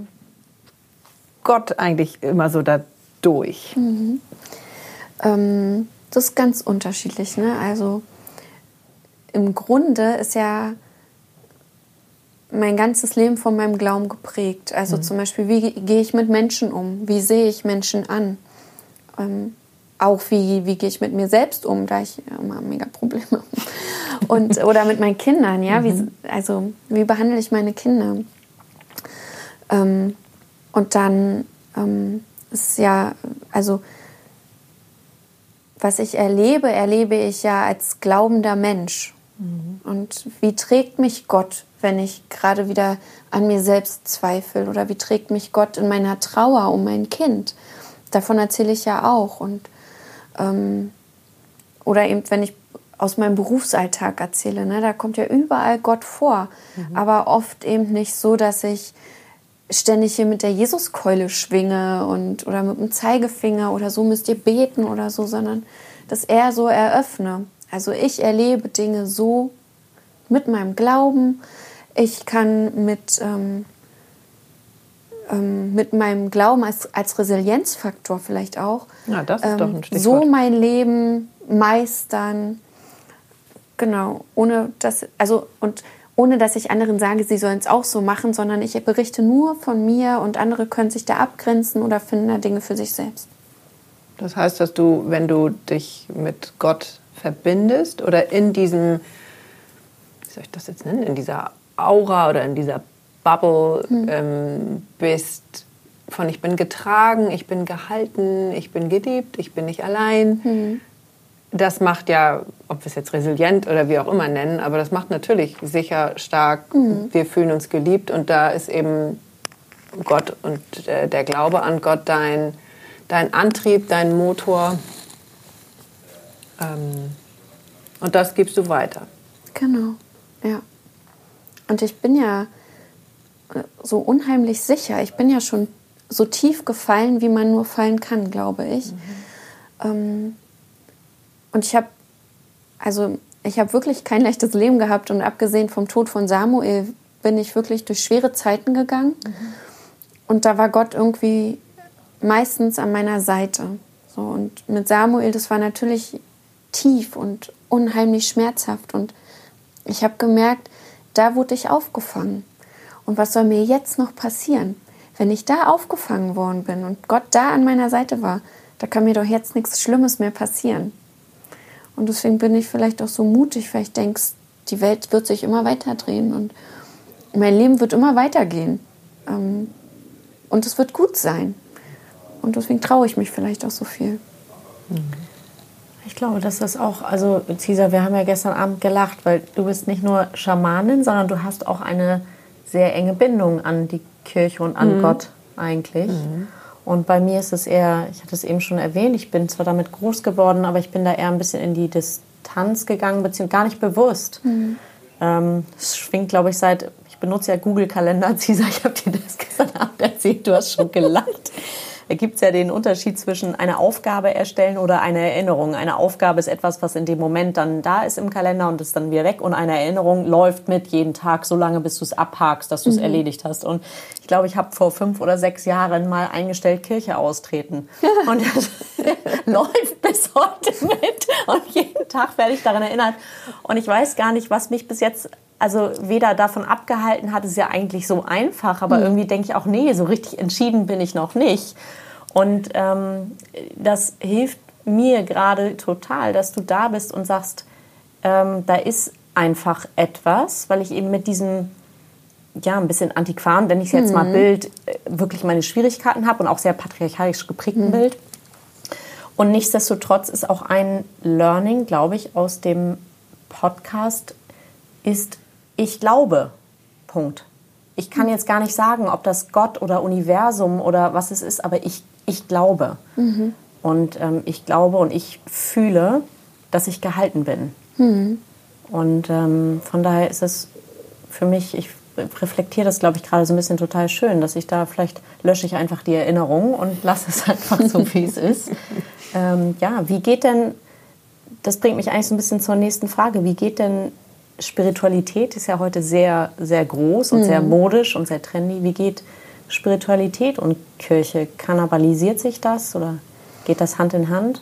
Gott eigentlich immer so da durch? Mhm. Ähm, das ist ganz unterschiedlich, ne? Also im Grunde ist ja mein ganzes Leben von meinem Glauben geprägt. Also mhm. zum Beispiel, wie gehe ich mit Menschen um? Wie sehe ich Menschen an? Ähm, auch wie, wie gehe ich mit mir selbst um, da ich immer mega Probleme habe. Und, oder mit meinen Kindern, ja. Mhm. Wie, also, wie behandle ich meine Kinder? Ähm, und dann ähm, ist ja, also, was ich erlebe, erlebe ich ja als glaubender Mensch. Mhm. Und wie trägt mich Gott, wenn ich gerade wieder an mir selbst zweifle? Oder wie trägt mich Gott in meiner Trauer um mein Kind? Davon erzähle ich ja auch. Und, ähm, oder eben, wenn ich aus meinem Berufsalltag erzähle, ne, da kommt ja überall Gott vor. Mhm. Aber oft eben nicht so, dass ich ständig hier mit der Jesuskeule schwinge und, oder mit dem Zeigefinger oder so müsst ihr beten oder so, sondern dass er so eröffne. Also ich erlebe Dinge so mit meinem Glauben. Ich kann mit, ähm, ähm, mit meinem Glauben als, als Resilienzfaktor vielleicht auch ja, das ist ähm, doch ein Stichwort. So mein Leben meistern. Genau, ohne dass, also und ohne dass ich anderen sage, sie sollen es auch so machen, sondern ich berichte nur von mir und andere können sich da abgrenzen oder finden da Dinge für sich selbst. Das heißt, dass du, wenn du dich mit Gott verbindest oder in diesem, wie soll ich das jetzt nennen, in dieser Aura oder in dieser Bubble hm. ähm, bist, von ich bin getragen, ich bin gehalten, ich bin geliebt, ich bin nicht allein. Hm. Das macht ja, ob wir es jetzt resilient oder wie auch immer nennen, aber das macht natürlich sicher stark, mhm. wir fühlen uns geliebt und da ist eben Gott und äh, der Glaube an Gott dein, dein Antrieb, dein Motor ähm, und das gibst du weiter. Genau, ja. Und ich bin ja so unheimlich sicher, ich bin ja schon so tief gefallen, wie man nur fallen kann, glaube ich. Mhm. Ähm, Und ich habe also ich habe wirklich kein leichtes Leben gehabt und abgesehen vom Tod von Samuel bin ich wirklich durch schwere Zeiten gegangen. Mhm. Und da war Gott irgendwie meistens an meiner Seite. So, und mit Samuel, das war natürlich tief und unheimlich schmerzhaft. Und ich habe gemerkt, da wurde ich aufgefangen. Und was soll mir jetzt noch passieren? Wenn ich da aufgefangen worden bin und Gott da an meiner Seite war, da kann mir doch jetzt nichts Schlimmes mehr passieren. Und deswegen bin ich vielleicht auch so mutig, weil ich denke, die Welt wird sich immer weiter drehen und mein Leben wird immer weitergehen. Und es wird gut sein. Und deswegen traue ich mich vielleicht auch so viel. Ich glaube, das ist auch, also Cesar, wir haben ja gestern Abend gelacht, weil du bist nicht nur Schamanin, sondern du hast auch eine sehr enge Bindung an die Kirche und an mhm. Gott eigentlich. Mhm. Und bei mir ist es eher, ich hatte es eben schon erwähnt, ich bin zwar damit groß geworden, aber ich bin da eher ein bisschen in die Distanz gegangen, beziehungsweise gar nicht bewusst. Mhm. Ähm, es schwingt, glaube ich, seit, ich benutze ja Google-Kalender, Cesar, ich habe dir das gestern Abend erzählt, du hast schon gelacht. Da gibt es ja den Unterschied zwischen eine Aufgabe erstellen oder eine Erinnerung. Eine Aufgabe ist etwas, was in dem Moment dann da ist im Kalender und ist dann wieder weg. Und eine Erinnerung läuft mit jeden Tag so lange, bis du es abhakst, dass du es mhm. erledigt hast. Und ich glaube, ich habe vor fünf oder sechs Jahren mal eingestellt, Kirche austreten. Und das läuft bis heute mit. Und jeden Tag werde ich daran erinnert. Und ich weiß gar nicht, was mich bis jetzt also weder davon abgehalten hat, ist ja eigentlich so einfach, aber mhm. irgendwie denke ich auch, nee, so richtig entschieden bin ich noch nicht. Und ähm, das hilft mir gerade total, dass du da bist und sagst, ähm, da ist einfach etwas, weil ich eben mit diesem, ja, ein bisschen Antiquaren, wenn ich es jetzt mhm. mal Bild, wirklich meine Schwierigkeiten habe und auch sehr patriarchalisch geprägten mhm. Bild. Und nichtsdestotrotz ist auch ein Learning, glaube ich, aus dem Podcast ist, ich glaube, Punkt. Ich kann jetzt gar nicht sagen, ob das Gott oder Universum oder was es ist, aber ich, ich glaube. Mhm. Und ähm, ich glaube und ich fühle, dass ich gehalten bin. Mhm. Und ähm, von daher ist es für mich, ich reflektiere das, glaube ich, gerade so ein bisschen total schön, dass ich da, vielleicht lösche ich einfach die Erinnerung und lasse es einfach so, wie es ist. Ähm, ja, wie geht denn, das bringt mich eigentlich so ein bisschen zur nächsten Frage, wie geht denn Spiritualität, ist ja heute sehr, sehr groß und mhm. sehr modisch und sehr trendy. Wie geht Spiritualität und Kirche? Kannibalisiert sich das oder geht das Hand in Hand?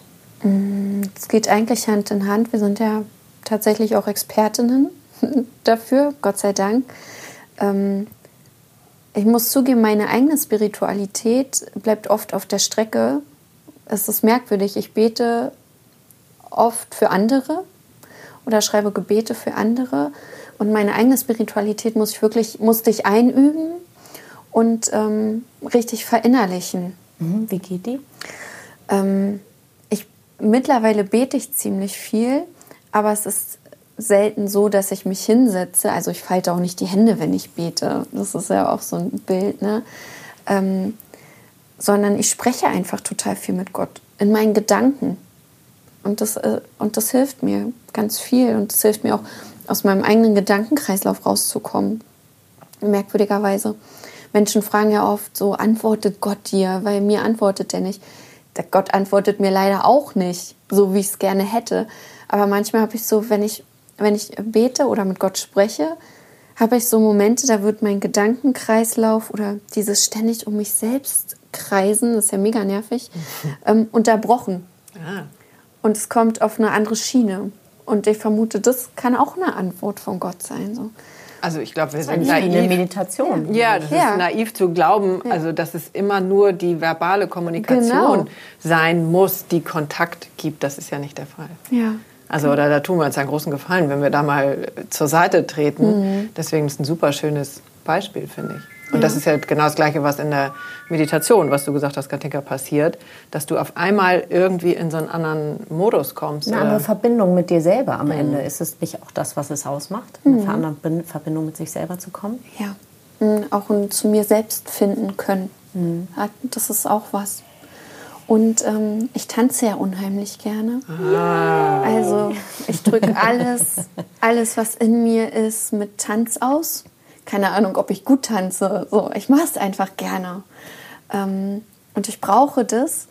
Es geht eigentlich Hand in Hand. Wir sind ja tatsächlich auch Expertinnen dafür, Gott sei Dank. ähm, ich muss zugeben, meine eigene Spiritualität bleibt oft auf der Strecke. Es ist merkwürdig, ich bete oft für andere oder schreibe Gebete für andere und meine eigene Spiritualität muss ich wirklich, musste ich einüben und ähm, richtig verinnerlichen. Mhm, wie geht die? Ähm, ich, mittlerweile bete ich ziemlich viel, aber es ist selten so, dass ich mich hinsetze. Also ich falte auch nicht die Hände, wenn ich bete. Das ist ja auch so ein Bild, ne? Ähm, sondern ich spreche einfach total viel mit Gott in meinen Gedanken. Und das, äh, und das hilft mir ganz viel. Und das hilft mir auch, aus meinem eigenen Gedankenkreislauf rauszukommen. Merkwürdigerweise. Menschen fragen ja oft so, antwortet Gott dir? Weil mir antwortet er nicht. Der Gott antwortet mir leider auch nicht, so wie ich es gerne hätte. Aber manchmal habe ich so, wenn ich, wenn ich bete oder mit Gott spreche, habe ich so Momente, da wird mein Gedankenkreislauf oder dieses ständig um mich selbst kreisen, das ist ja mega nervig, mhm. ähm, unterbrochen. Ah. Und es kommt auf eine andere Schiene. Und ich vermute, das kann auch eine Antwort von Gott sein. So. Also ich glaube, wir das sind ist naiv. eine Meditation. Ja, das ja. ist naiv zu glauben, ja. also dass es immer nur die verbale Kommunikation genau. sein muss, die Kontakt gibt. Das ist ja nicht der Fall. Ja. Also oder da tun wir uns einen großen Gefallen, wenn wir da mal zur Seite treten. Mhm. Deswegen ist es ein super schönes Beispiel, finde ich. Und ja. das ist ja genau das Gleiche, was in der Meditation, was du gesagt hast, Katinka, passiert, dass du auf einmal irgendwie in so einen anderen Modus kommst. Eine andere Verbindung mit dir selber am mhm. Ende. Ist es nicht auch das, was es ausmacht, mhm. eine andere Verbindung mit sich selber zu kommen? Ja, mhm. auch ein zu mir selbst finden können. Mhm. Das ist auch was. Und ähm, ich tanze ja unheimlich gerne. Ah. Also ich drücke alles, alles, was in mir ist, mit Tanz aus. Keine Ahnung, ob ich gut tanze. So, ich mache es einfach gerne. Ähm, und ich brauche das.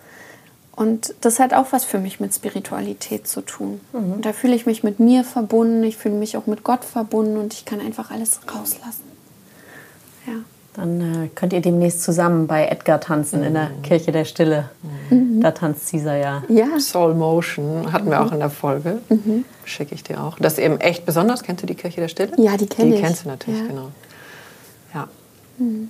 Und das hat auch was für mich mit Spiritualität zu tun. Mhm. Und da fühle ich mich mit mir verbunden. Ich fühle mich auch mit Gott verbunden. Und ich kann einfach alles rauslassen. Ja. Dann äh, könnt ihr demnächst zusammen bei Edgar tanzen mhm. in der Kirche der Stille. Mhm. Da tanzt Cesar ja. ja. Soul Motion hatten wir auch in der Folge. Mhm. Schicke ich dir auch. Das ist eben echt besonders. Kennst du die Kirche der Stille? Ja, die kenne ich. Die kennst du natürlich, ja. genau. Ja. Mhm.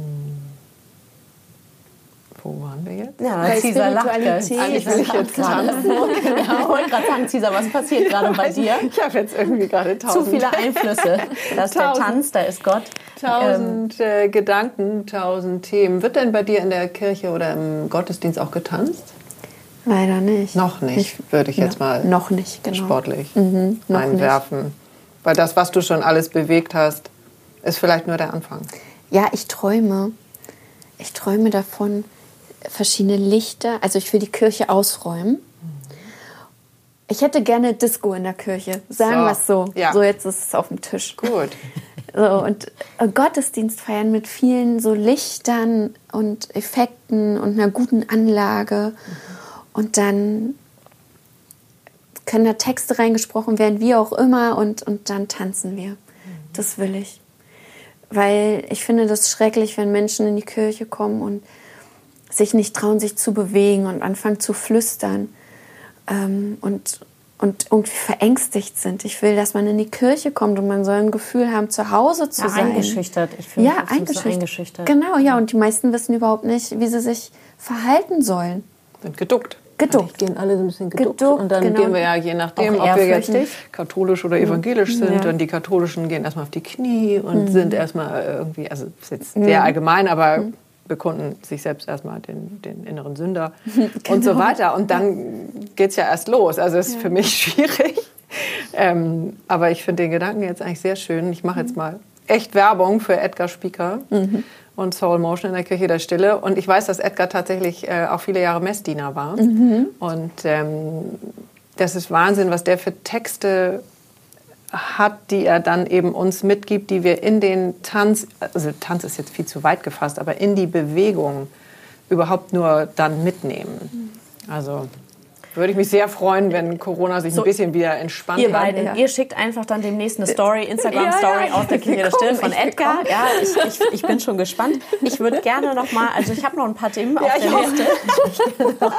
Wo waren wir jetzt? Ja, bei Cesar lacht. Eigentlich will ich jetzt tanzen. Genau. Ich wollte gerade sagen, Cesar, was passiert gerade bei dir? Ich habe jetzt irgendwie gerade tausend... Zu viele Einflüsse. Da ist der Tanz, da ist Gott. Tausend ähm, äh, Gedanken, tausend Themen. Wird denn bei dir in der Kirche oder im Gottesdienst auch getanzt? Leider nicht. Noch nicht, ich, würde ich jetzt no, mal noch nicht, genau. sportlich mhm, noch einwerfen. Nicht. Weil das, was du schon alles bewegt hast, ist vielleicht nur der Anfang. Ja, ich träume. Ich träume davon, verschiedene Lichter. Also ich will die Kirche ausräumen. Ich hätte gerne Disco in der Kirche. Sagen wir es so. Ja. So, jetzt ist es auf dem Tisch. Gut. So, und Gottesdienst feiern mit vielen so Lichtern und Effekten und einer guten Anlage. Mhm. Und dann können da Texte reingesprochen werden, wie auch immer. Und, und dann tanzen wir. Mhm. Das will ich. Weil ich finde das schrecklich, wenn Menschen in die Kirche kommen und sich nicht trauen, sich zu bewegen und anfangen zu flüstern ähm, und, und irgendwie verängstigt sind. Ich will, dass man in die Kirche kommt und man soll ein Gefühl haben, zu Hause zu ja, sein. Eingeschüchtert. Ich fühle ja, mich eingeschüchtert. So eingeschüchtert. Genau, ja. Und die meisten wissen überhaupt nicht, wie sie sich verhalten sollen. Sind geduckt. Geduckt. Die gehen alle so ein bisschen geduckt. geduckt und dann genau. gehen wir ja, je nachdem, ob wir jetzt katholisch oder evangelisch sind. Ja. Und die Katholischen gehen erstmal auf die Knie und mhm. sind erstmal irgendwie, also das ist jetzt mhm. sehr allgemein, aber mhm. bekunden sich selbst erstmal den, den inneren Sünder genau. und so weiter. Und dann geht es ja erst los. Also es ist ja. für mich schwierig. Ähm, aber ich finde den Gedanken jetzt eigentlich sehr schön. Ich mache jetzt mal echt Werbung für Edgar Spieker. Mhm. und Soul Motion in der Kirche der Stille. Und ich weiß, dass Edgar tatsächlich äh, auch viele Jahre Messdiener war. Mhm. Und ähm, das ist Wahnsinn, was der für Texte hat, die er dann eben uns mitgibt, die wir in den Tanz, also Tanz ist jetzt viel zu weit gefasst, aber in die Bewegung überhaupt nur dann mitnehmen. Also Würde ich mich sehr freuen, wenn Corona sich so, ein bisschen wieder entspannt. Ihr beiden, ja. ihr schickt einfach dann demnächst eine Story, Instagram-Story ja, ja. aus der Kirche der Stillen von Edgar. Ja, ich, ich, ich bin schon gespannt. Ich würde gerne noch mal, also ich habe noch ein paar Themen ja, auf der Liste.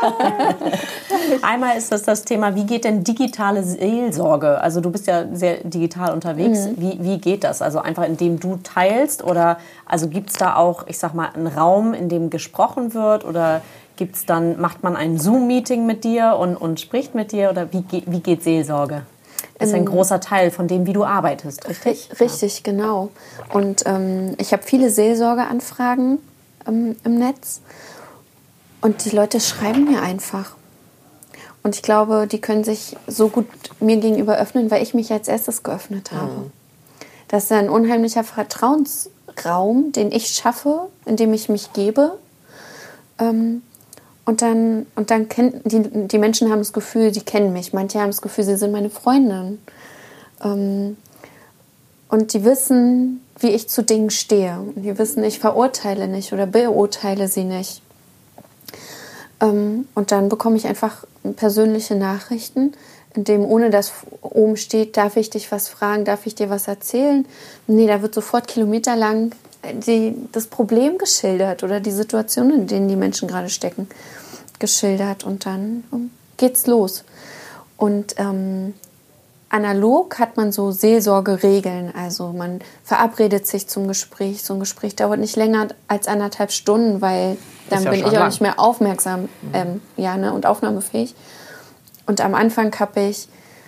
Einmal ist das das Thema, wie geht denn digitale Seelsorge? Also du bist ja sehr digital unterwegs. Mhm. Wie, wie geht das? Also einfach indem du teilst oder also gibt es da auch, ich sag mal, einen Raum, in dem gesprochen wird oder gibt's dann, macht man ein Zoom-Meeting mit dir und, und spricht mit dir oder wie, geht, wie geht Seelsorge? Das ist ein großer Teil von dem, wie du arbeitest, richtig? Richtig, ja. Genau. Und ähm, ich habe viele Seelsorgeanfragen ähm, im Netz und die Leute schreiben mir einfach. Und ich glaube, die können sich so gut mir gegenüber öffnen, weil ich mich als erstes geöffnet habe. Mhm. Das ist ein unheimlicher Vertrauensraum, den ich schaffe, indem ich mich gebe. Ähm, Und dann, und dann kennen die, die Menschen haben das Gefühl, die kennen mich. Manche haben das Gefühl, sie sind meine Freundin. Ähm, und die wissen, wie ich zu Dingen stehe. Und die wissen, ich verurteile nicht oder beurteile sie nicht. Ähm, und dann bekomme ich einfach persönliche Nachrichten, in dem ohne dass oben steht, darf ich dich was fragen, darf ich dir was erzählen? Nee, da wird sofort kilometerlang die, das Problem geschildert oder die Situation, in denen die Menschen gerade stecken, geschildert. Und dann um, geht's los. Und ähm, analog hat man so Seelsorgeregeln. Also man verabredet sich zum Gespräch. So ein Gespräch dauert nicht länger als anderthalb Stunden, weil dann ja bin ich auch lang. nicht mehr aufmerksam ähm, ja, ne, und aufnahmefähig. Und am Anfang habe ich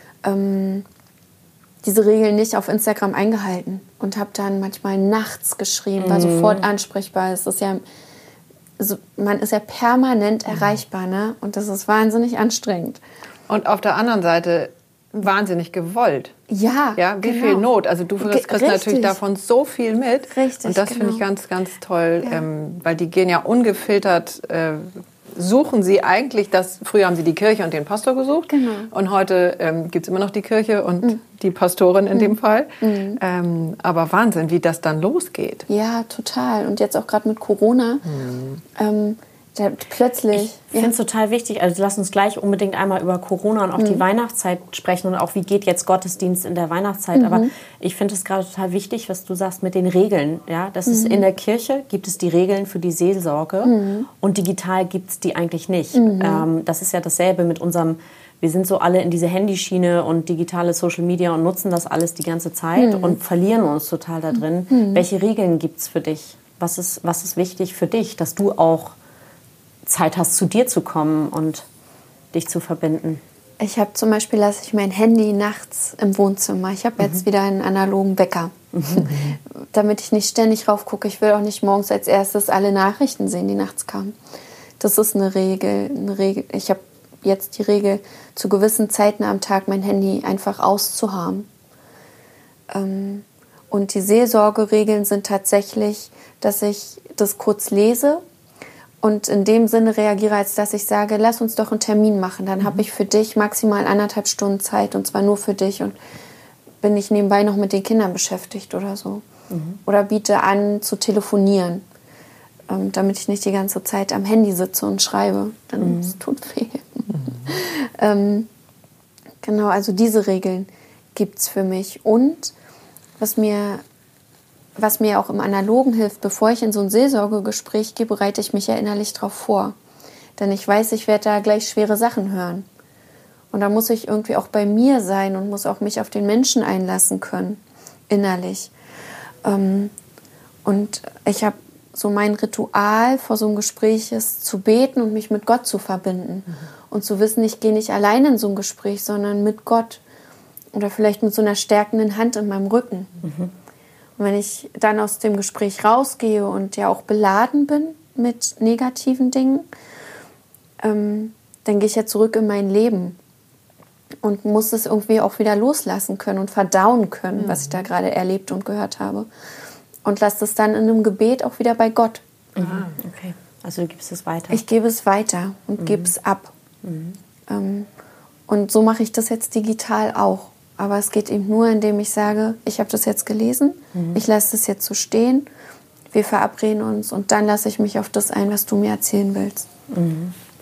ähm, diese Regeln nicht auf Instagram eingehalten und habe dann manchmal nachts geschrieben, war mhm. sofort ansprechbar. Es ist ja, also man ist ja permanent mhm. erreichbar, ne? Und das ist wahnsinnig anstrengend. Und auf der anderen Seite wahnsinnig gewollt. Ja, ja Wie genau. viel Not. Also du kriegst Ge- natürlich davon so viel mit. Richtig, und das genau. finde ich ganz, ganz toll, ja. ähm, weil die gehen ja ungefiltert, äh, suchen sie eigentlich das, früher haben sie die Kirche und den Pastor gesucht genau. und heute ähm, gibt es immer noch die Kirche und mhm. die Pastorin in mhm. dem Fall. Mhm. Ähm, aber Wahnsinn, wie das dann losgeht. Ja, total. Und jetzt auch gerade mit Corona. Mhm. Ähm, Da plötzlich. Ich finde es ja. total wichtig, also lass uns gleich unbedingt einmal über Corona und auch mhm. die Weihnachtszeit sprechen und auch wie geht jetzt Gottesdienst in der Weihnachtszeit. Mhm. Aber ich finde es gerade total wichtig, was du sagst mit den Regeln. Ja, das mhm. ist in der Kirche gibt es die Regeln für die Seelsorge mhm. und digital gibt es die eigentlich nicht. Mhm. Ähm, das ist ja dasselbe mit unserem, wir sind so alle in diese Handyschiene und digitale Social Media und nutzen das alles die ganze Zeit mhm. und verlieren uns total da drin. Mhm. Welche Regeln gibt es für dich? Was ist, was ist wichtig für dich, dass du auch Zeit hast, zu dir zu kommen und dich zu verbinden? Ich habe zum Beispiel, lasse ich mein Handy nachts im Wohnzimmer. Ich habe jetzt mhm. wieder einen analogen Wecker, mhm. damit ich nicht ständig raufgucke. Ich will auch nicht morgens als erstes alle Nachrichten sehen, die nachts kamen. Das ist eine Regel. Eine Regel. Ich habe jetzt die Regel, zu gewissen Zeiten am Tag mein Handy einfach auszuhaben. Ähm, und die Seelsorgeregeln sind tatsächlich, dass ich das kurz lese und in dem Sinne reagiere, als dass ich sage, lass uns doch einen Termin machen. Dann mhm. habe ich für dich maximal anderthalb Stunden Zeit und zwar nur für dich und bin ich nebenbei noch mit den Kindern beschäftigt oder so. Mhm. Oder biete an, zu telefonieren, ähm, damit ich nicht die ganze Zeit am Handy sitze und schreibe. Denn es mhm. tut weh. Mhm. ähm, genau, also diese Regeln gibt es für mich. Und was mir... Was mir auch im Analogen hilft, bevor ich in so ein Seelsorgegespräch gehe, bereite ich mich ja innerlich darauf vor. Denn ich weiß, ich werde da gleich schwere Sachen hören. Und da muss ich irgendwie auch bei mir sein und muss auch mich auf den Menschen einlassen können, innerlich. Und ich habe so mein Ritual vor so einem Gespräch ist, zu beten und mich mit Gott zu verbinden. Mhm. Und zu wissen, ich gehe nicht allein in so ein Gespräch, sondern mit Gott. Oder vielleicht mit so einer stärkenden Hand in meinem Rücken. Mhm. Und wenn ich dann aus dem Gespräch rausgehe und ja auch beladen bin mit negativen Dingen, ähm, dann gehe ich ja zurück in mein Leben und muss es irgendwie auch wieder loslassen können und verdauen können, mhm. was ich da gerade erlebt und gehört habe. Und lasse es dann in einem Gebet auch wieder bei Gott. Mhm. Okay, also du gibst es weiter. Ich gebe es weiter und mhm. gebe es ab. Mhm. Ähm, und so mache ich das jetzt digital auch. Aber es geht eben nur, indem ich sage, ich habe das jetzt gelesen, mhm. ich lasse das jetzt so stehen, wir verabreden uns und dann lasse ich mich auf das ein, was du mir erzählen willst. Mhm.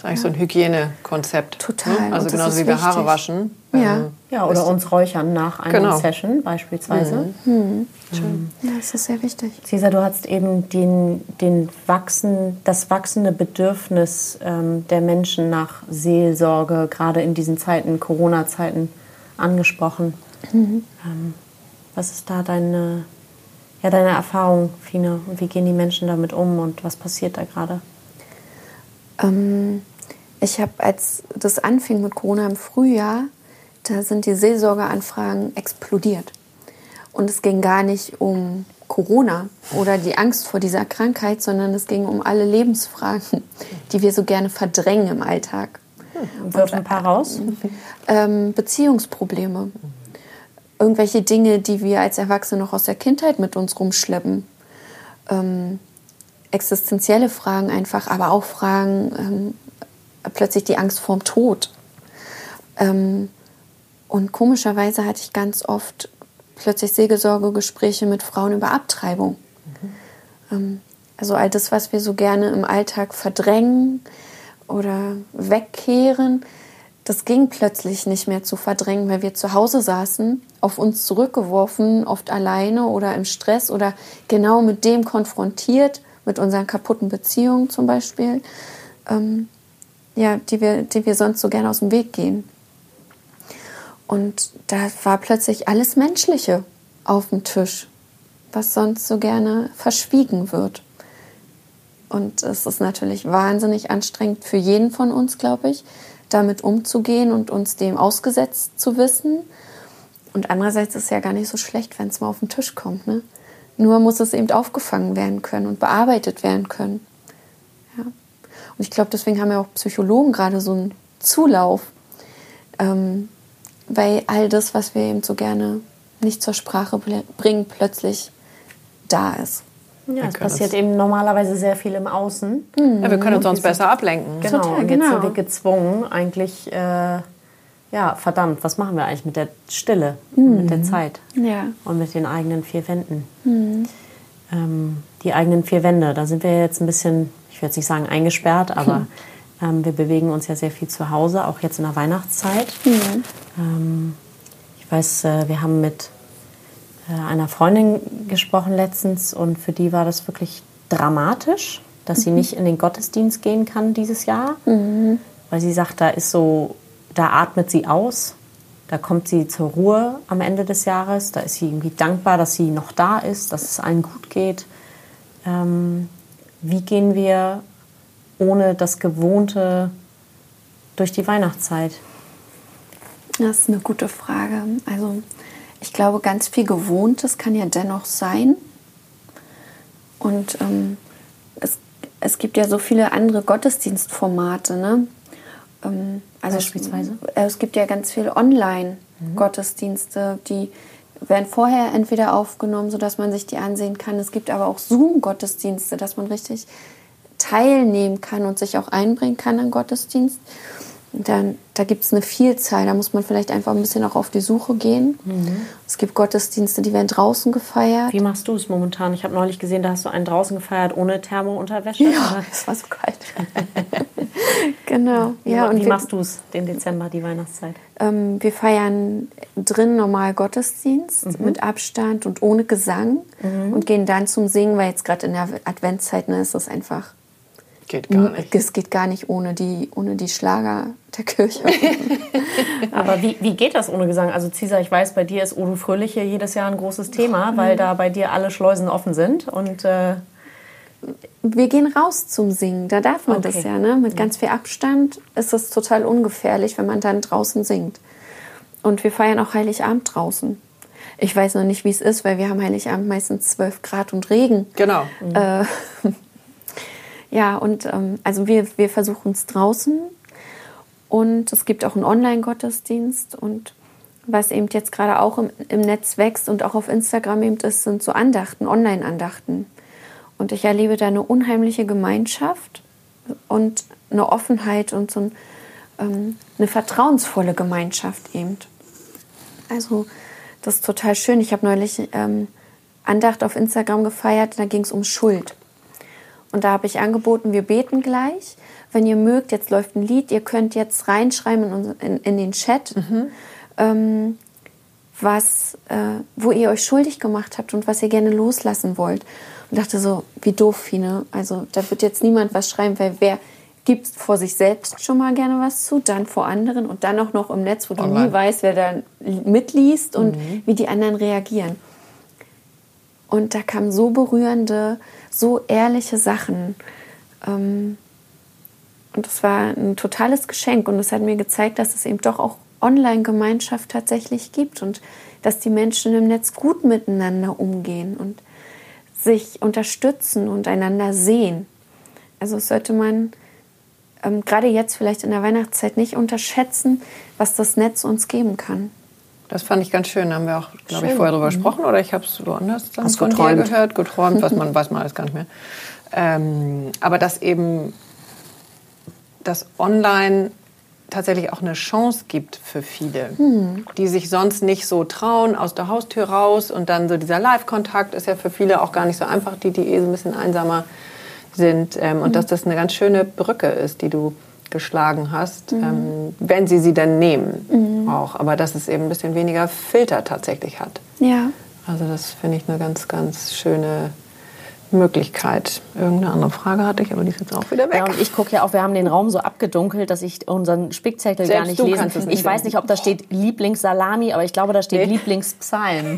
Das ist eigentlich so ein Hygienekonzept. Total. Ne? Also Und das genauso ist wie wir wichtig. Haare waschen. Ja. Ähm, Ja, oder uns räuchern nach einer Genau. Session beispielsweise. Mhm. Ja, das ist sehr wichtig. Cesar, du hast eben den, den wachsen, das wachsende Bedürfnis ähm, der Menschen nach Seelsorge, gerade in diesen Zeiten, Corona-Zeiten, angesprochen. Mhm. Ähm, was ist da deine, ja, deine Erfahrung, Fine? Und wie gehen die Menschen damit um und was passiert da gerade? Ähm, ich habe, als das anfing mit Corona im Frühjahr, da sind die Seelsorgeanfragen explodiert. Und es ging gar nicht um Corona oder die Angst vor dieser Krankheit, sondern es ging um alle Lebensfragen, die wir so gerne verdrängen im Alltag. Wirf ein paar raus. Ähm, Beziehungsprobleme. Irgendwelche Dinge, die wir als Erwachsene noch aus der Kindheit mit uns rumschleppen. Ähm, existenzielle Fragen einfach, aber auch Fragen, ähm, plötzlich die Angst vorm Tod. Ähm, und komischerweise hatte ich ganz oft plötzlich Seelsorgegespräche mit Frauen über Abtreibung. Mhm. Ähm, also all das, was wir so gerne im Alltag verdrängen oder wegkehren, das ging plötzlich nicht mehr zu verdrängen, weil wir zu Hause saßen, auf uns zurückgeworfen, oft alleine oder im Stress oder genau mit dem konfrontiert, mit unseren kaputten Beziehungen zum Beispiel, ähm, ja, die wir, die wir sonst so gerne aus dem Weg gehen. Und da war plötzlich alles Menschliche auf dem Tisch, was sonst so gerne verschwiegen wird. Und es ist natürlich wahnsinnig anstrengend für jeden von uns, glaube ich, damit umzugehen und uns dem ausgesetzt zu wissen. Und andererseits ist es ja gar nicht so schlecht, wenn es mal auf den Tisch kommt. Ne? Nur muss es eben aufgefangen werden können und bearbeitet werden können. Ja. Und ich glaube, deswegen haben ja auch Psychologen gerade so einen Zulauf, ähm, weil all das, was wir eben so gerne nicht zur Sprache bringen, plötzlich da ist. Ja, es passiert eben normalerweise sehr viel im Außen. Ja, wir können uns sonst besser ablenken. Genau, Total, und jetzt genau. sind wir gezwungen, eigentlich, äh, ja, verdammt, was machen wir eigentlich mit der Stille, Mhm. mit der Zeit Ja. und mit den eigenen vier Wänden? Mhm. Ähm, die eigenen vier Wände, da sind wir jetzt ein bisschen, ich würde jetzt nicht sagen eingesperrt, aber ähm, wir bewegen uns ja sehr viel zu Hause, auch jetzt in der Weihnachtszeit. Mhm. Ähm, ich weiß, äh, wir haben mit einer Freundin gesprochen letztens und für die war das wirklich dramatisch, dass sie nicht in den Gottesdienst gehen kann dieses Jahr, Mhm. weil sie sagt, da ist so, da atmet sie aus, da kommt sie zur Ruhe am Ende des Jahres, da ist sie irgendwie dankbar, dass sie noch da ist, dass es allen gut geht. Ähm, wie gehen wir ohne das Gewohnte durch die Weihnachtszeit? Das ist eine gute Frage. Also ich glaube, ganz viel Gewohntes kann ja dennoch sein. Und ähm, es, es gibt ja so viele andere Gottesdienstformate. Ne? Ähm, also Beispielsweise? Es, es gibt ja ganz viele Online-Gottesdienste, die werden vorher entweder aufgenommen, sodass man sich die ansehen kann. Es gibt aber auch Zoom-Gottesdienste, dass man richtig teilnehmen kann und sich auch einbringen kann in Gottesdienst. Dann, da gibt es eine Vielzahl, da muss man vielleicht einfach ein bisschen auch auf die Suche gehen. Mhm. Es gibt Gottesdienste, die werden draußen gefeiert. Wie machst du es momentan? Ich habe neulich gesehen, da hast du einen draußen gefeiert ohne Thermo-Unterwäsche. Ja, es war so kalt. Genau. Ja, und und wie wir, machst du es den Dezember, die Weihnachtszeit? Ähm, wir feiern drin normal Gottesdienst mhm. mit Abstand und ohne Gesang mhm. und gehen dann zum Singen, weil jetzt gerade in der Adventszeit ne, ist es einfach... Geht gar nicht. Es geht gar nicht ohne die, ohne die Schlager der Kirche. Aber wie, wie geht das ohne Gesang? Also Cesar, ich weiß, bei dir ist O du Fröhliche jedes Jahr ein großes Thema, weil da bei dir alle Schleusen offen sind. Und, äh wir gehen raus zum Singen, da darf man okay. das ja. Ne? Mit ganz viel Abstand ist es total ungefährlich, wenn man dann draußen singt. Und wir feiern auch Heiligabend draußen. Ich weiß noch nicht, wie es ist, weil wir haben Heiligabend meistens zwölf Grad und Regen. Genau. Mhm. Äh, Ja, und ähm, also wir, wir versuchen es draußen und es gibt auch einen Online-Gottesdienst und was eben jetzt gerade auch im, im Netz wächst und auch auf Instagram eben ist, sind so Andachten, Online-Andachten. Und ich erlebe da eine unheimliche Gemeinschaft und eine Offenheit und so ein, ähm, eine vertrauensvolle Gemeinschaft eben. Also das ist total schön. Ich habe neulich ähm, Andacht auf Instagram gefeiert, da ging es um Schuld. Und da habe ich angeboten, wir beten gleich. Wenn ihr mögt, jetzt läuft ein Lied, ihr könnt jetzt reinschreiben in, uns, in, in den Chat, mhm. ähm, was, äh, wo ihr euch schuldig gemacht habt und was ihr gerne loslassen wollt. Und dachte so, wie doof, Fine. Also da wird jetzt niemand was schreiben, weil wer gibt vor sich selbst schon mal gerne was zu, dann vor anderen und dann auch noch im Netz, wo du Online. nie weißt, wer da mitliest und mhm. wie die anderen reagieren. Und da kamen so berührende, so ehrliche Sachen. Ähm, und das war ein totales Geschenk. Und es hat mir gezeigt, dass es eben doch auch Online-Gemeinschaft tatsächlich gibt und dass die Menschen im Netz gut miteinander umgehen und sich unterstützen und einander sehen. Also das sollte man ähm, gerade jetzt vielleicht in der Weihnachtszeit nicht unterschätzen, was das Netz uns geben kann. Das fand ich ganz schön. Da haben wir auch, glaube ich, vorher drüber mhm. gesprochen. Oder ich habe es woanders dann Hast von geträumt. dir gehört, geträumt, was man weiß man alles gar nicht mehr. Ähm, aber dass eben das Online tatsächlich auch eine Chance gibt für viele, hm. die sich sonst nicht so trauen, aus der Haustür raus. Und dann so dieser Live-Kontakt ist ja für viele auch gar nicht so einfach, die, die eh so ein bisschen einsamer sind. Ähm, und hm. dass das eine ganz schöne Brücke ist, die du geschlagen hast, hm. ähm, wenn sie sie dann nehmen hm. auch. Aber dass es eben ein bisschen weniger Filter tatsächlich hat. Ja. Also das finde ich eine ganz, ganz schöne Möglichkeit. Irgendeine andere Frage hatte ich, aber die ist jetzt auch wieder weg. Ja, und ich gucke ja auch, wir haben den Raum so abgedunkelt, dass ich unseren Spickzettel Selbst gar nicht du lesen kannst es kann. nicht Ich weiß lesen. nicht, ob da steht Lieblingssalami, aber ich glaube, da steht Nee. Lieblingspsalm.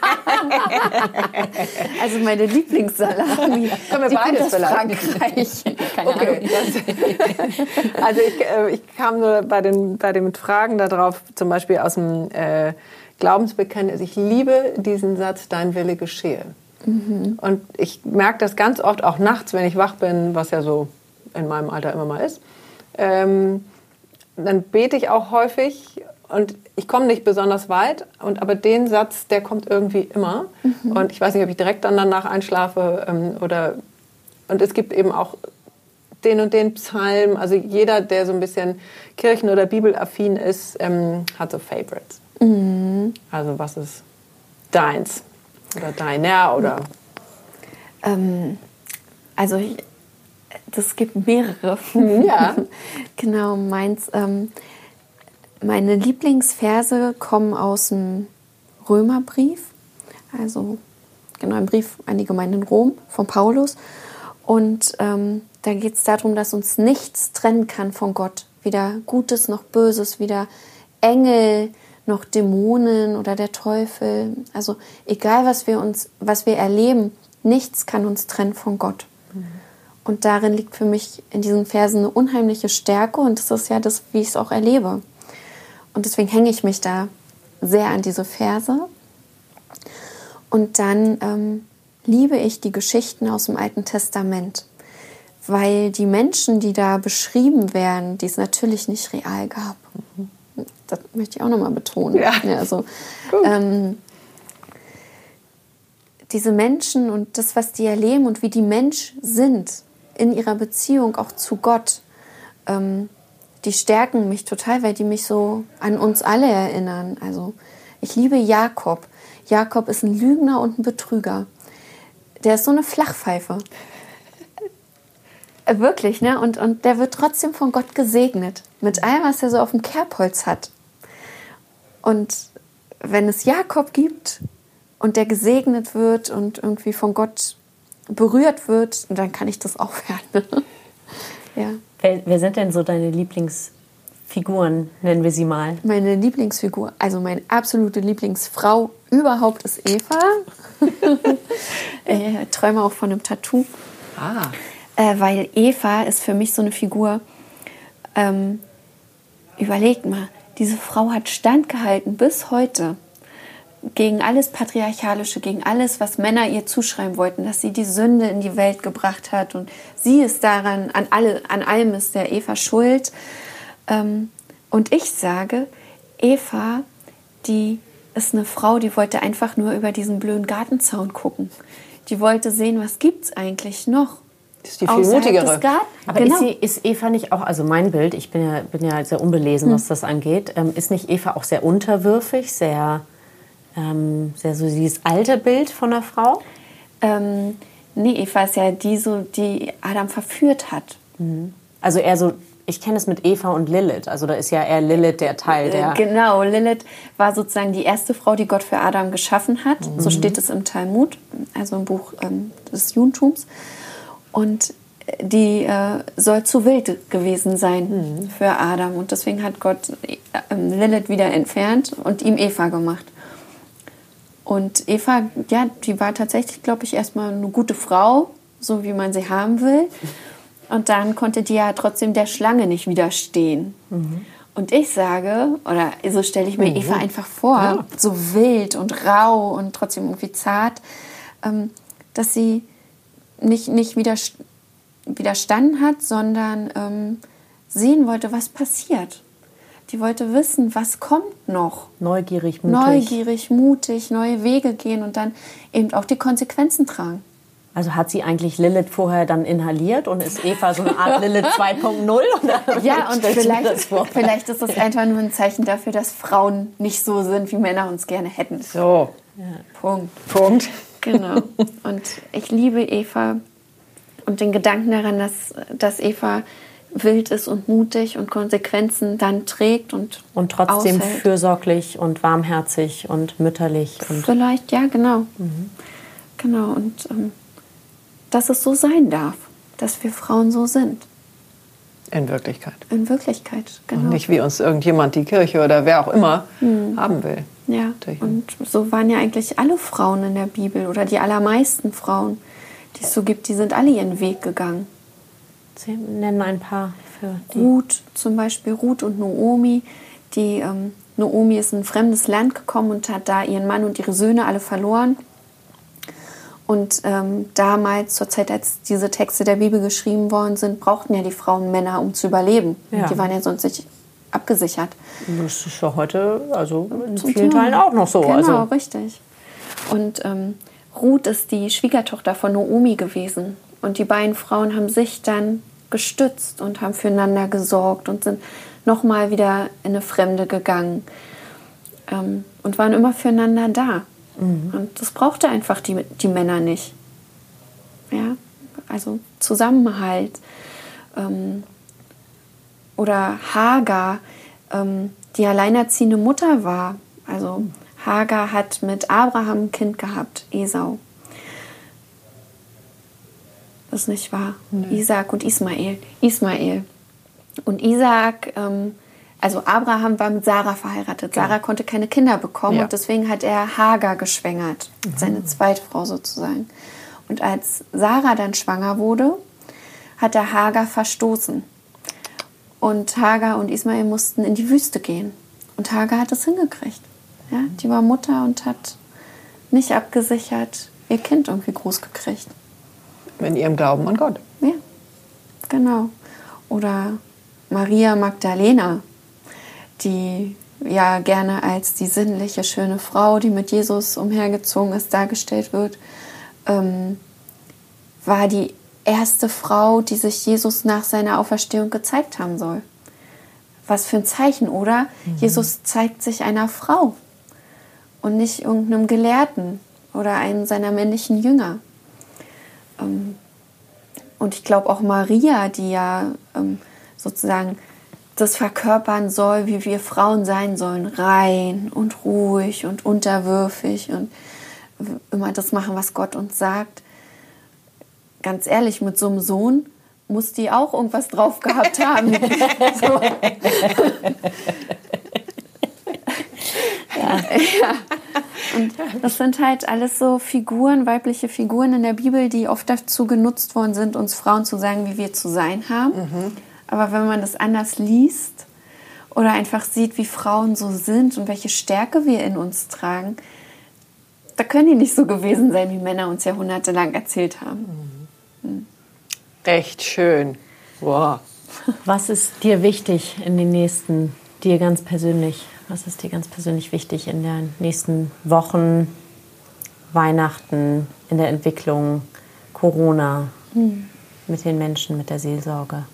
Also meine Lieblingssalami. Können wir die beides kommt aus vielleicht? Frankreich. Keine Okay. Ahnung. Das, also ich, äh, ich kam nur bei den, bei den Fragen darauf, zum Beispiel aus dem äh, Glaubensbekenntnis. Ich liebe diesen Satz, dein Wille geschehe. Mhm. Und ich merke das ganz oft, auch nachts, wenn ich wach bin, was ja so in meinem Alter immer mal ist. Ähm, dann bete ich auch häufig und ich komme nicht besonders weit. Und, aber den Satz, der kommt irgendwie immer. Mhm. Und ich weiß nicht, ob ich direkt dann danach einschlafe ähm, oder... Und es gibt eben auch den und den Psalm. Also jeder, der so ein bisschen kirchen- oder bibelaffin ist, ähm, hat so Favorites. Mhm. Also was ist deins? Oder deiner? Oder? Ähm, also ich, das gibt mehrere. Ja. Genau, meins. Ähm, meine Lieblingsverse kommen aus dem Römerbrief. Also genau, ein Brief an die Gemeinde in Rom von Paulus. Und ähm, da geht es darum, dass uns nichts trennen kann von Gott. Weder Gutes noch Böses, weder Engel noch Dämonen oder der Teufel. Also egal, was wir uns, was wir erleben, nichts kann uns trennen von Gott. Mhm. Und darin liegt für mich in diesen Versen eine unheimliche Stärke und das ist ja das, wie ich es auch erlebe. Und deswegen hänge ich mich da sehr an diese Verse. Und dann ähm, liebe ich die Geschichten aus dem Alten Testament, weil die Menschen, die da beschrieben werden, die es natürlich nicht real gab. Mhm. Das möchte ich auch nochmal betonen. Ja. Ja, also, ähm, diese Menschen und das, was die erleben und wie die Menschen sind in ihrer Beziehung auch zu Gott, ähm, die stärken mich total, weil die mich so an uns alle erinnern. Also ich liebe Jakob. Jakob ist ein Lügner und ein Betrüger. Der ist so eine Flachpfeife. Wirklich, ne? Und, und der wird trotzdem von Gott gesegnet. Mit allem, was er so auf dem Kerbholz hat. Und wenn es Jakob gibt und der gesegnet wird und irgendwie von Gott berührt wird, dann kann ich das auch werden. Ja. Wer, wer sind denn so deine Lieblingsfiguren, nennen wir sie mal? Meine Lieblingsfigur, also meine absolute Lieblingsfrau überhaupt ist Eva. Ich träume auch von einem Tattoo. Ah. Äh, weil Eva ist für mich so eine Figur, ähm, überlegt mal, diese Frau hat standgehalten bis heute gegen alles Patriarchalische, gegen alles, was Männer ihr zuschreiben wollten, dass sie die Sünde in die Welt gebracht hat und sie ist daran, an, alle, an allem ist der Eva schuld. Ähm, und ich sage, Eva, die ist eine Frau, die wollte einfach nur über diesen blöden Gartenzaun gucken. Die wollte sehen, was gibt es eigentlich noch. Das ist die viel mutigere. Aber genau. ist, sie, ist Eva nicht auch, also mein Bild, ich bin ja, bin ja sehr unbelesen, hm. was das angeht, ähm, ist nicht Eva auch sehr unterwürfig, sehr, ähm, sehr so dieses alte Bild von einer Frau? Ähm, Nee, Eva ist ja die, so, die Adam verführt hat. Also eher so, ich kenne es mit Eva und Lilith. Also da ist ja eher Lilith der Teil, der... Genau, Lilith war sozusagen die erste Frau, die Gott für Adam geschaffen hat. Mhm. So steht es im Talmud, also im Buch ähm, des Judentums. Und die äh, soll zu wild gewesen sein mhm. für Adam. Und deswegen hat Gott äh, Lilith wieder entfernt und ihm Eva gemacht. Und Eva, ja, die war tatsächlich, glaube ich, erstmal eine gute Frau, so wie man sie haben will. Und dann konnte die ja trotzdem der Schlange nicht widerstehen. Mhm. Und ich sage, oder so stelle ich mir mhm. Eva einfach vor, ja. so wild und rau und trotzdem irgendwie zart, ähm, dass sie nicht, nicht widerstanden hat, sondern ähm, sehen wollte, was passiert. Die wollte wissen, was kommt noch. Neugierig, mutig. Neugierig, mutig, neue Wege gehen und dann eben auch die Konsequenzen tragen. Also hat sie eigentlich Lilith vorher dann inhaliert und ist Eva so eine Art Lilith zwei Punkt null? Ja, und vielleicht, vielleicht ist das einfach nur ein Zeichen dafür, dass Frauen nicht so sind, wie Männer uns gerne hätten. So. Ja. Punkt. Punkt. Genau. Und ich liebe Eva und den Gedanken daran, dass, dass Eva wild ist und mutig und Konsequenzen dann trägt und und trotzdem aushält. Fürsorglich und warmherzig und mütterlich. Und vielleicht, ja, genau. Mhm. Genau, und ähm, dass es so sein darf, dass wir Frauen so sind. In Wirklichkeit. In Wirklichkeit, genau. Und nicht wie uns irgendjemand die Kirche oder wer auch immer mhm. haben will. Ja, und so waren ja eigentlich alle Frauen in der Bibel oder die allermeisten Frauen, die es so gibt, die sind alle ihren Weg gegangen. Sie nennen ein paar für die. Ruth zum Beispiel, Ruth und Naomi. Die, ähm, Naomi ist in ein fremdes Land gekommen und hat da ihren Mann und ihre Söhne alle verloren. Und ähm, damals, zur Zeit, als diese Texte der Bibel geschrieben worden sind, brauchten ja die Frauen Männer, um zu überleben. Ja. Die waren ja sonst nicht abgesichert. Das ist ja heute, also in Zum vielen Teilen auch noch so. Genau, also. richtig. Und ähm, Ruth ist die Schwiegertochter von Naomi gewesen. Und die beiden Frauen haben sich dann gestützt und haben füreinander gesorgt und sind nochmal wieder in eine Fremde gegangen ähm, und waren immer füreinander da. Mhm. Und das brauchte einfach die, die Männer nicht. Ja? Also Zusammenhalt. Ähm, oder Hagar, ähm, die alleinerziehende Mutter war. Also Hagar hat mit Abraham ein Kind gehabt, Esau. Das ist nicht wahr. Nee. Isaak und Ismael. Ismael. Und Isaak, ähm, also Abraham war mit Sarah verheiratet. Sarah ja. konnte keine Kinder bekommen ja. und deswegen hat er Hagar geschwängert. Mhm. Seine Zweitfrau sozusagen. Und als Sarah dann schwanger wurde, hat er Hagar verstoßen. Und Hagar und Ismael mussten in die Wüste gehen. Und Hagar hat es hingekriegt. Ja? Die war Mutter und hat nicht abgesichert ihr Kind irgendwie groß gekriegt. In ihrem Glauben an Gott. Ja, genau. Oder Maria Magdalena, die ja gerne als die sinnliche, schöne Frau, die mit Jesus umhergezogen ist, dargestellt wird, ähm, war die erste Frau, die sich Jesus nach seiner Auferstehung gezeigt haben soll. Was für ein Zeichen, oder? Mhm. Jesus zeigt sich einer Frau und nicht irgendeinem Gelehrten oder einem seiner männlichen Jünger. Und ich glaube auch Maria, die ja ähm, sozusagen das verkörpern soll, wie wir Frauen sein sollen, rein und ruhig und unterwürfig und immer das machen, was Gott uns sagt. Ganz ehrlich, mit so einem Sohn muss die auch irgendwas drauf gehabt haben. So. Ja. Ja. Und das sind halt alles so Figuren, weibliche Figuren in der Bibel, die oft dazu genutzt worden sind, uns Frauen zu sagen, wie wir zu sein haben. Mhm. Aber wenn man das anders liest oder einfach sieht, wie Frauen so sind und welche Stärke wir in uns tragen, da können die nicht so gewesen sein, wie Männer uns jahrhundertelang erzählt haben. Mhm. Mhm. Echt schön. Wow. Was ist dir wichtig in den nächsten, dir ganz persönlich? Was ist dir ganz persönlich wichtig in den nächsten Wochen, Weihnachten, in der Entwicklung, Corona, hm. mit den Menschen, mit der Seelsorge?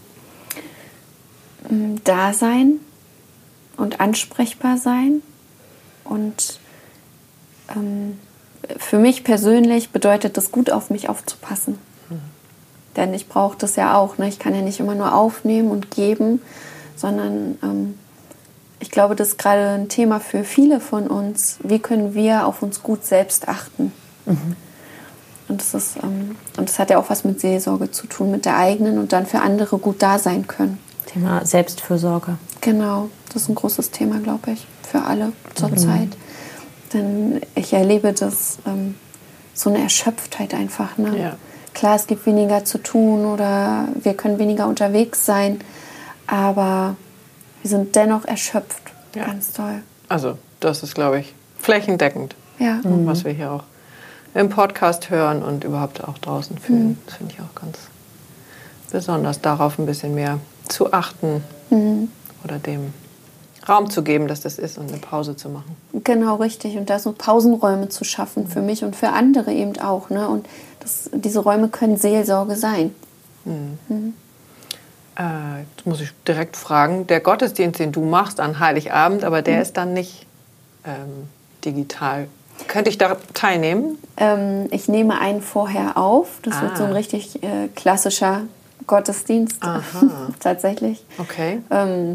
Da sein und ansprechbar sein und ähm, für mich persönlich bedeutet das, gut auf mich aufzupassen. Mhm. Denn ich brauche das ja auch. Ne? Ich kann ja nicht immer nur aufnehmen und geben, sondern ähm, ich glaube, das ist gerade ein Thema für viele von uns. Wie können wir auf uns gut selbst achten? Mhm. Und das ist, ähm, und das hat ja auch was mit Seelsorge zu tun, mit der eigenen und dann für andere gut da sein können. Thema Selbstfürsorge. Genau, das ist ein großes Thema, glaube ich, für alle zurzeit. Mhm. Denn ich erlebe das ähm, so eine Erschöpftheit einfach. Ne? Ja. Klar, es gibt weniger zu tun oder wir können weniger unterwegs sein, aber wir sind dennoch erschöpft. Ja. Ganz toll. Also das ist, glaube ich, flächendeckend, ja. mhm. was wir hier auch im Podcast hören und überhaupt auch draußen fühlen. Mhm. Das finde ich auch ganz besonders, darauf ein bisschen mehr zu achten mhm. oder dem Raum zu geben, dass das ist und eine Pause zu machen. Genau, richtig. Und da so Pausenräume zu schaffen für mich und für andere eben auch. Ne? Und das, diese Räume können Seelsorge sein. Mhm. Mhm. Äh, jetzt muss ich direkt fragen, der Gottesdienst, den du machst an Heiligabend, aber der mhm. ist dann nicht ähm, digital. Könnte ich da teilnehmen? Ähm, ich nehme einen vorher auf. Das ah. wird so ein richtig äh, klassischer Gottesdienst. Tatsächlich. Okay. Ähm,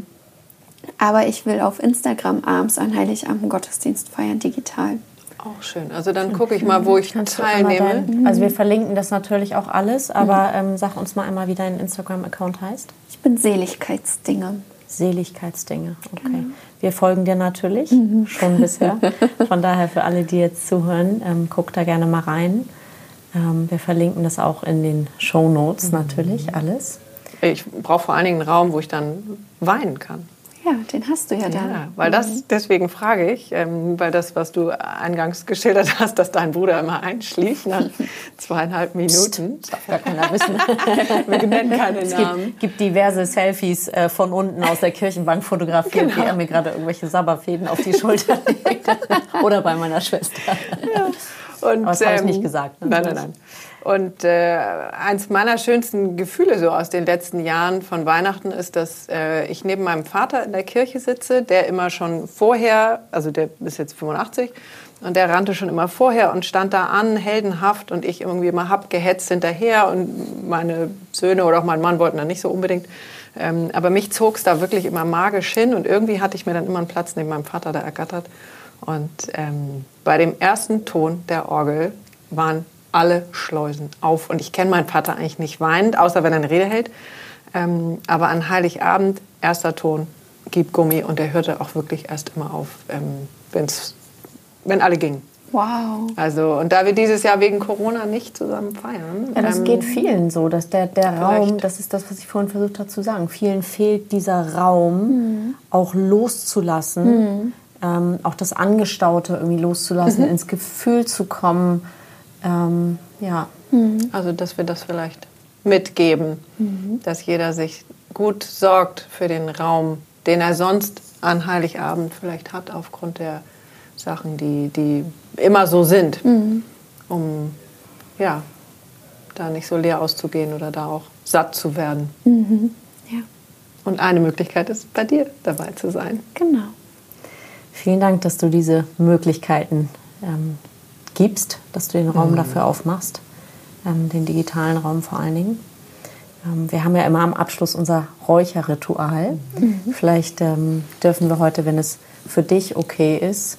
aber ich will auf Instagram abends an Heiligabend einen Gottesdienst feiern, digital. Auch schön. Also dann gucke ich mal, wo ich Kannst teilnehme. Dein, also wir verlinken das natürlich auch alles, aber ähm, sag uns mal einmal, wie dein Instagram-Account heißt. Ich bin Seligkeitsdinge. Seligkeitsdinge, okay. Genau. Wir folgen dir natürlich, mhm. schon bisher. Von daher für alle, die jetzt zuhören, ähm, guckt da gerne mal rein. Ähm, wir verlinken das auch in den Shownotes mhm. natürlich, alles. Ich brauche vor allen Dingen einen Raum, wo ich dann weinen kann. Ja, den hast du ja da. Ja, weil das, deswegen frage ich, ähm, weil das, was du eingangs geschildert hast, dass dein Bruder immer einschlief nach zweieinhalb Minuten. Das darf gar keiner wissen. Wir nennen keine es Namen. Gibt, gibt diverse Selfies äh, von unten aus der Kirchenbank fotografiert, genau. wie er mir gerade irgendwelche Sabberfäden auf die Schulter legt. Oder bei meiner Schwester. Ja. Und, Aber das ähm, habe ich nicht gesagt. Ne? Nein, nein, nein. Und äh, eins meiner schönsten Gefühle so aus den letzten Jahren von Weihnachten ist, dass äh, ich neben meinem Vater in der Kirche sitze, der immer schon vorher, also der ist jetzt fünfundachtzig, und der rannte schon immer vorher und stand da an, heldenhaft, und ich irgendwie immer hab gehetzt hinterher, und meine Söhne oder auch mein Mann wollten dann nicht so unbedingt. Ähm, aber mich zog es da wirklich immer magisch hin, und irgendwie hatte ich mir dann immer einen Platz neben meinem Vater da ergattert. Und ähm, bei dem ersten Ton der Orgel waren alle Schleusen auf. Und ich kenne meinen Vater eigentlich nicht weinend, außer wenn er eine Rede hält. Ähm, aber an Heiligabend, erster Ton, gib Gummi. Und der hörte auch wirklich erst immer auf, ähm, wenn's, wenn alle gingen. Wow. Also, und da wir dieses Jahr wegen Corona nicht zusammen feiern. Ja, das ähm, geht vielen so, dass der, der Raum, das ist das, was ich vorhin versucht habe zu sagen, vielen fehlt dieser Raum, mhm. auch loszulassen, mhm. ähm, auch das Angestaute irgendwie loszulassen, mhm. ins Gefühl zu kommen. Ähm, ja. Mhm. Also, dass wir das vielleicht mitgeben, mhm. dass jeder sich gut sorgt für den Raum, den er sonst an Heiligabend vielleicht hat, aufgrund der Sachen, die, die immer so sind, mhm. um ja, da nicht so leer auszugehen oder da auch satt zu werden. Mhm. Ja. Und eine Möglichkeit ist, bei dir dabei zu sein. Genau. Vielen Dank, dass du diese Möglichkeiten ähm, gibst, dass du den Raum mhm. dafür aufmachst, ähm, den digitalen Raum vor allen Dingen. Ähm, wir haben ja immer am Abschluss unser Räucherritual. Mhm. Vielleicht ähm, dürfen wir heute, wenn es für dich okay ist,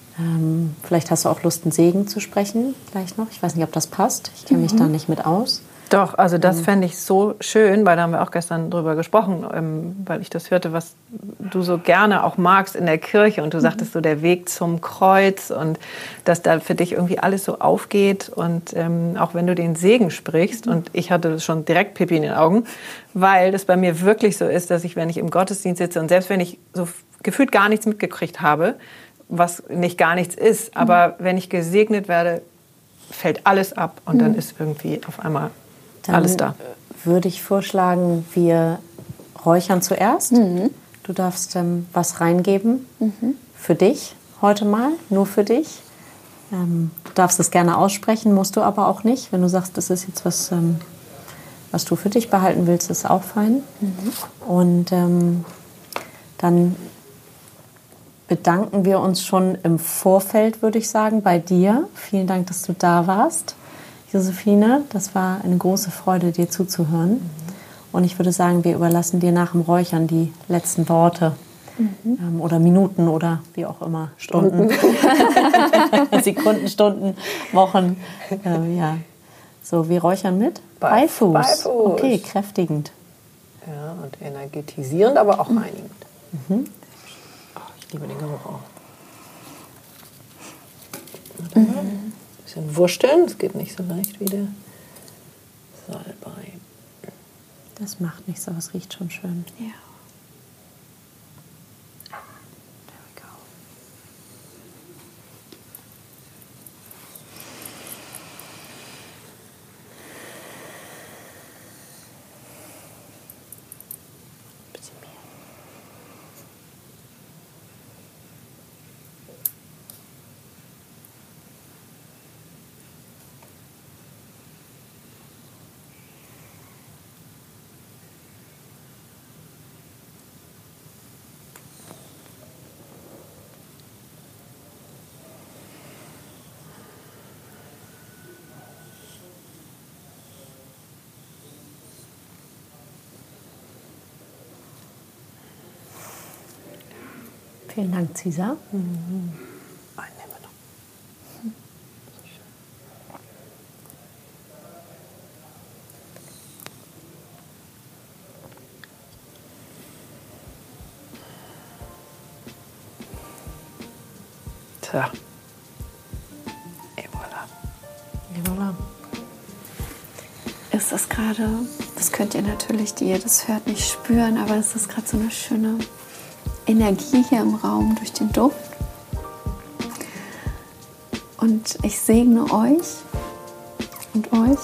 ähm, vielleicht hast du auch Lust, einen Segen zu sprechen, gleich noch. Ich weiß nicht, ob das passt. Ich kenne mich mhm. da nicht mit aus. Doch, also das ähm. fände ich so schön, weil da haben wir auch gestern drüber gesprochen, ähm, weil ich das hörte, was du so gerne auch magst in der Kirche. Und du sagtest so, der Weg zum Kreuz, und dass da für dich irgendwie alles so aufgeht. Und ähm, auch wenn du den Segen sprichst, und ich hatte schon direkt Pipi in den Augen, weil das bei mir wirklich so ist, dass ich, wenn ich im Gottesdienst sitze und selbst wenn ich so gefühlt gar nichts mitgekriegt habe, was nicht gar nichts ist, aber mhm. wenn ich gesegnet werde, fällt alles ab, und mhm. dann ist irgendwie auf einmal dann alles da. Würde ich vorschlagen, wir räuchern zuerst. Mhm. Du darfst ähm, was reingeben mhm. für dich heute mal, nur für dich. Ähm, du darfst es gerne aussprechen, musst du aber auch nicht. Wenn du sagst, das ist jetzt was, ähm, was du für dich behalten willst, ist auch fein. Mhm. Und ähm, dann, bedanken wir uns schon im Vorfeld, würde ich sagen, bei dir. Vielen Dank, dass du da warst, Josephine. Das war eine große Freude, dir zuzuhören. Mhm. Und ich würde sagen, wir überlassen dir nach dem Räuchern die letzten Worte. Mhm. Ähm, oder Minuten oder wie auch immer. Stunden. Sekunden, Stunden, Wochen. Ähm, ja. So, wir räuchern mit? Beifuß. Beifuß. Okay, kräftigend. Ja, und energetisierend, aber auch reinigend. Mhm. Oh, ich liebe den Geruch auch. Mhm. Ein bisschen wursteln, es geht nicht so leicht wie der Salbei. Das macht nichts, aber es riecht schon schön. Ja. There we go. Bisschen mehr. Vielen Dank, Cesar. Mhm. Einen nehmen wir noch. Tja. Et voilà. Et voilà. Ist das gerade, das könnt ihr natürlich, die ihr das hört, nicht spüren, aber es ist gerade so eine schöne Energie hier im Raum durch den Duft. Und ich segne euch und euch.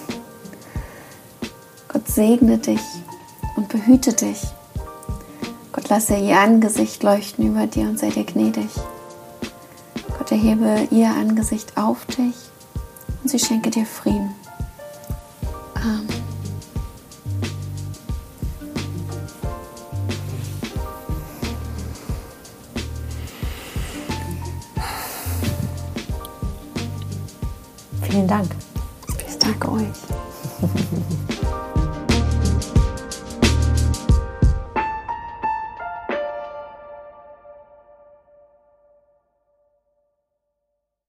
Gott segne dich und behüte dich. Gott lasse ihr Angesicht leuchten über dir und sei dir gnädig. Gott erhebe ihr Angesicht auf dich und sie schenke dir Frieden. Amen. Vielen Dank. Ich danke euch.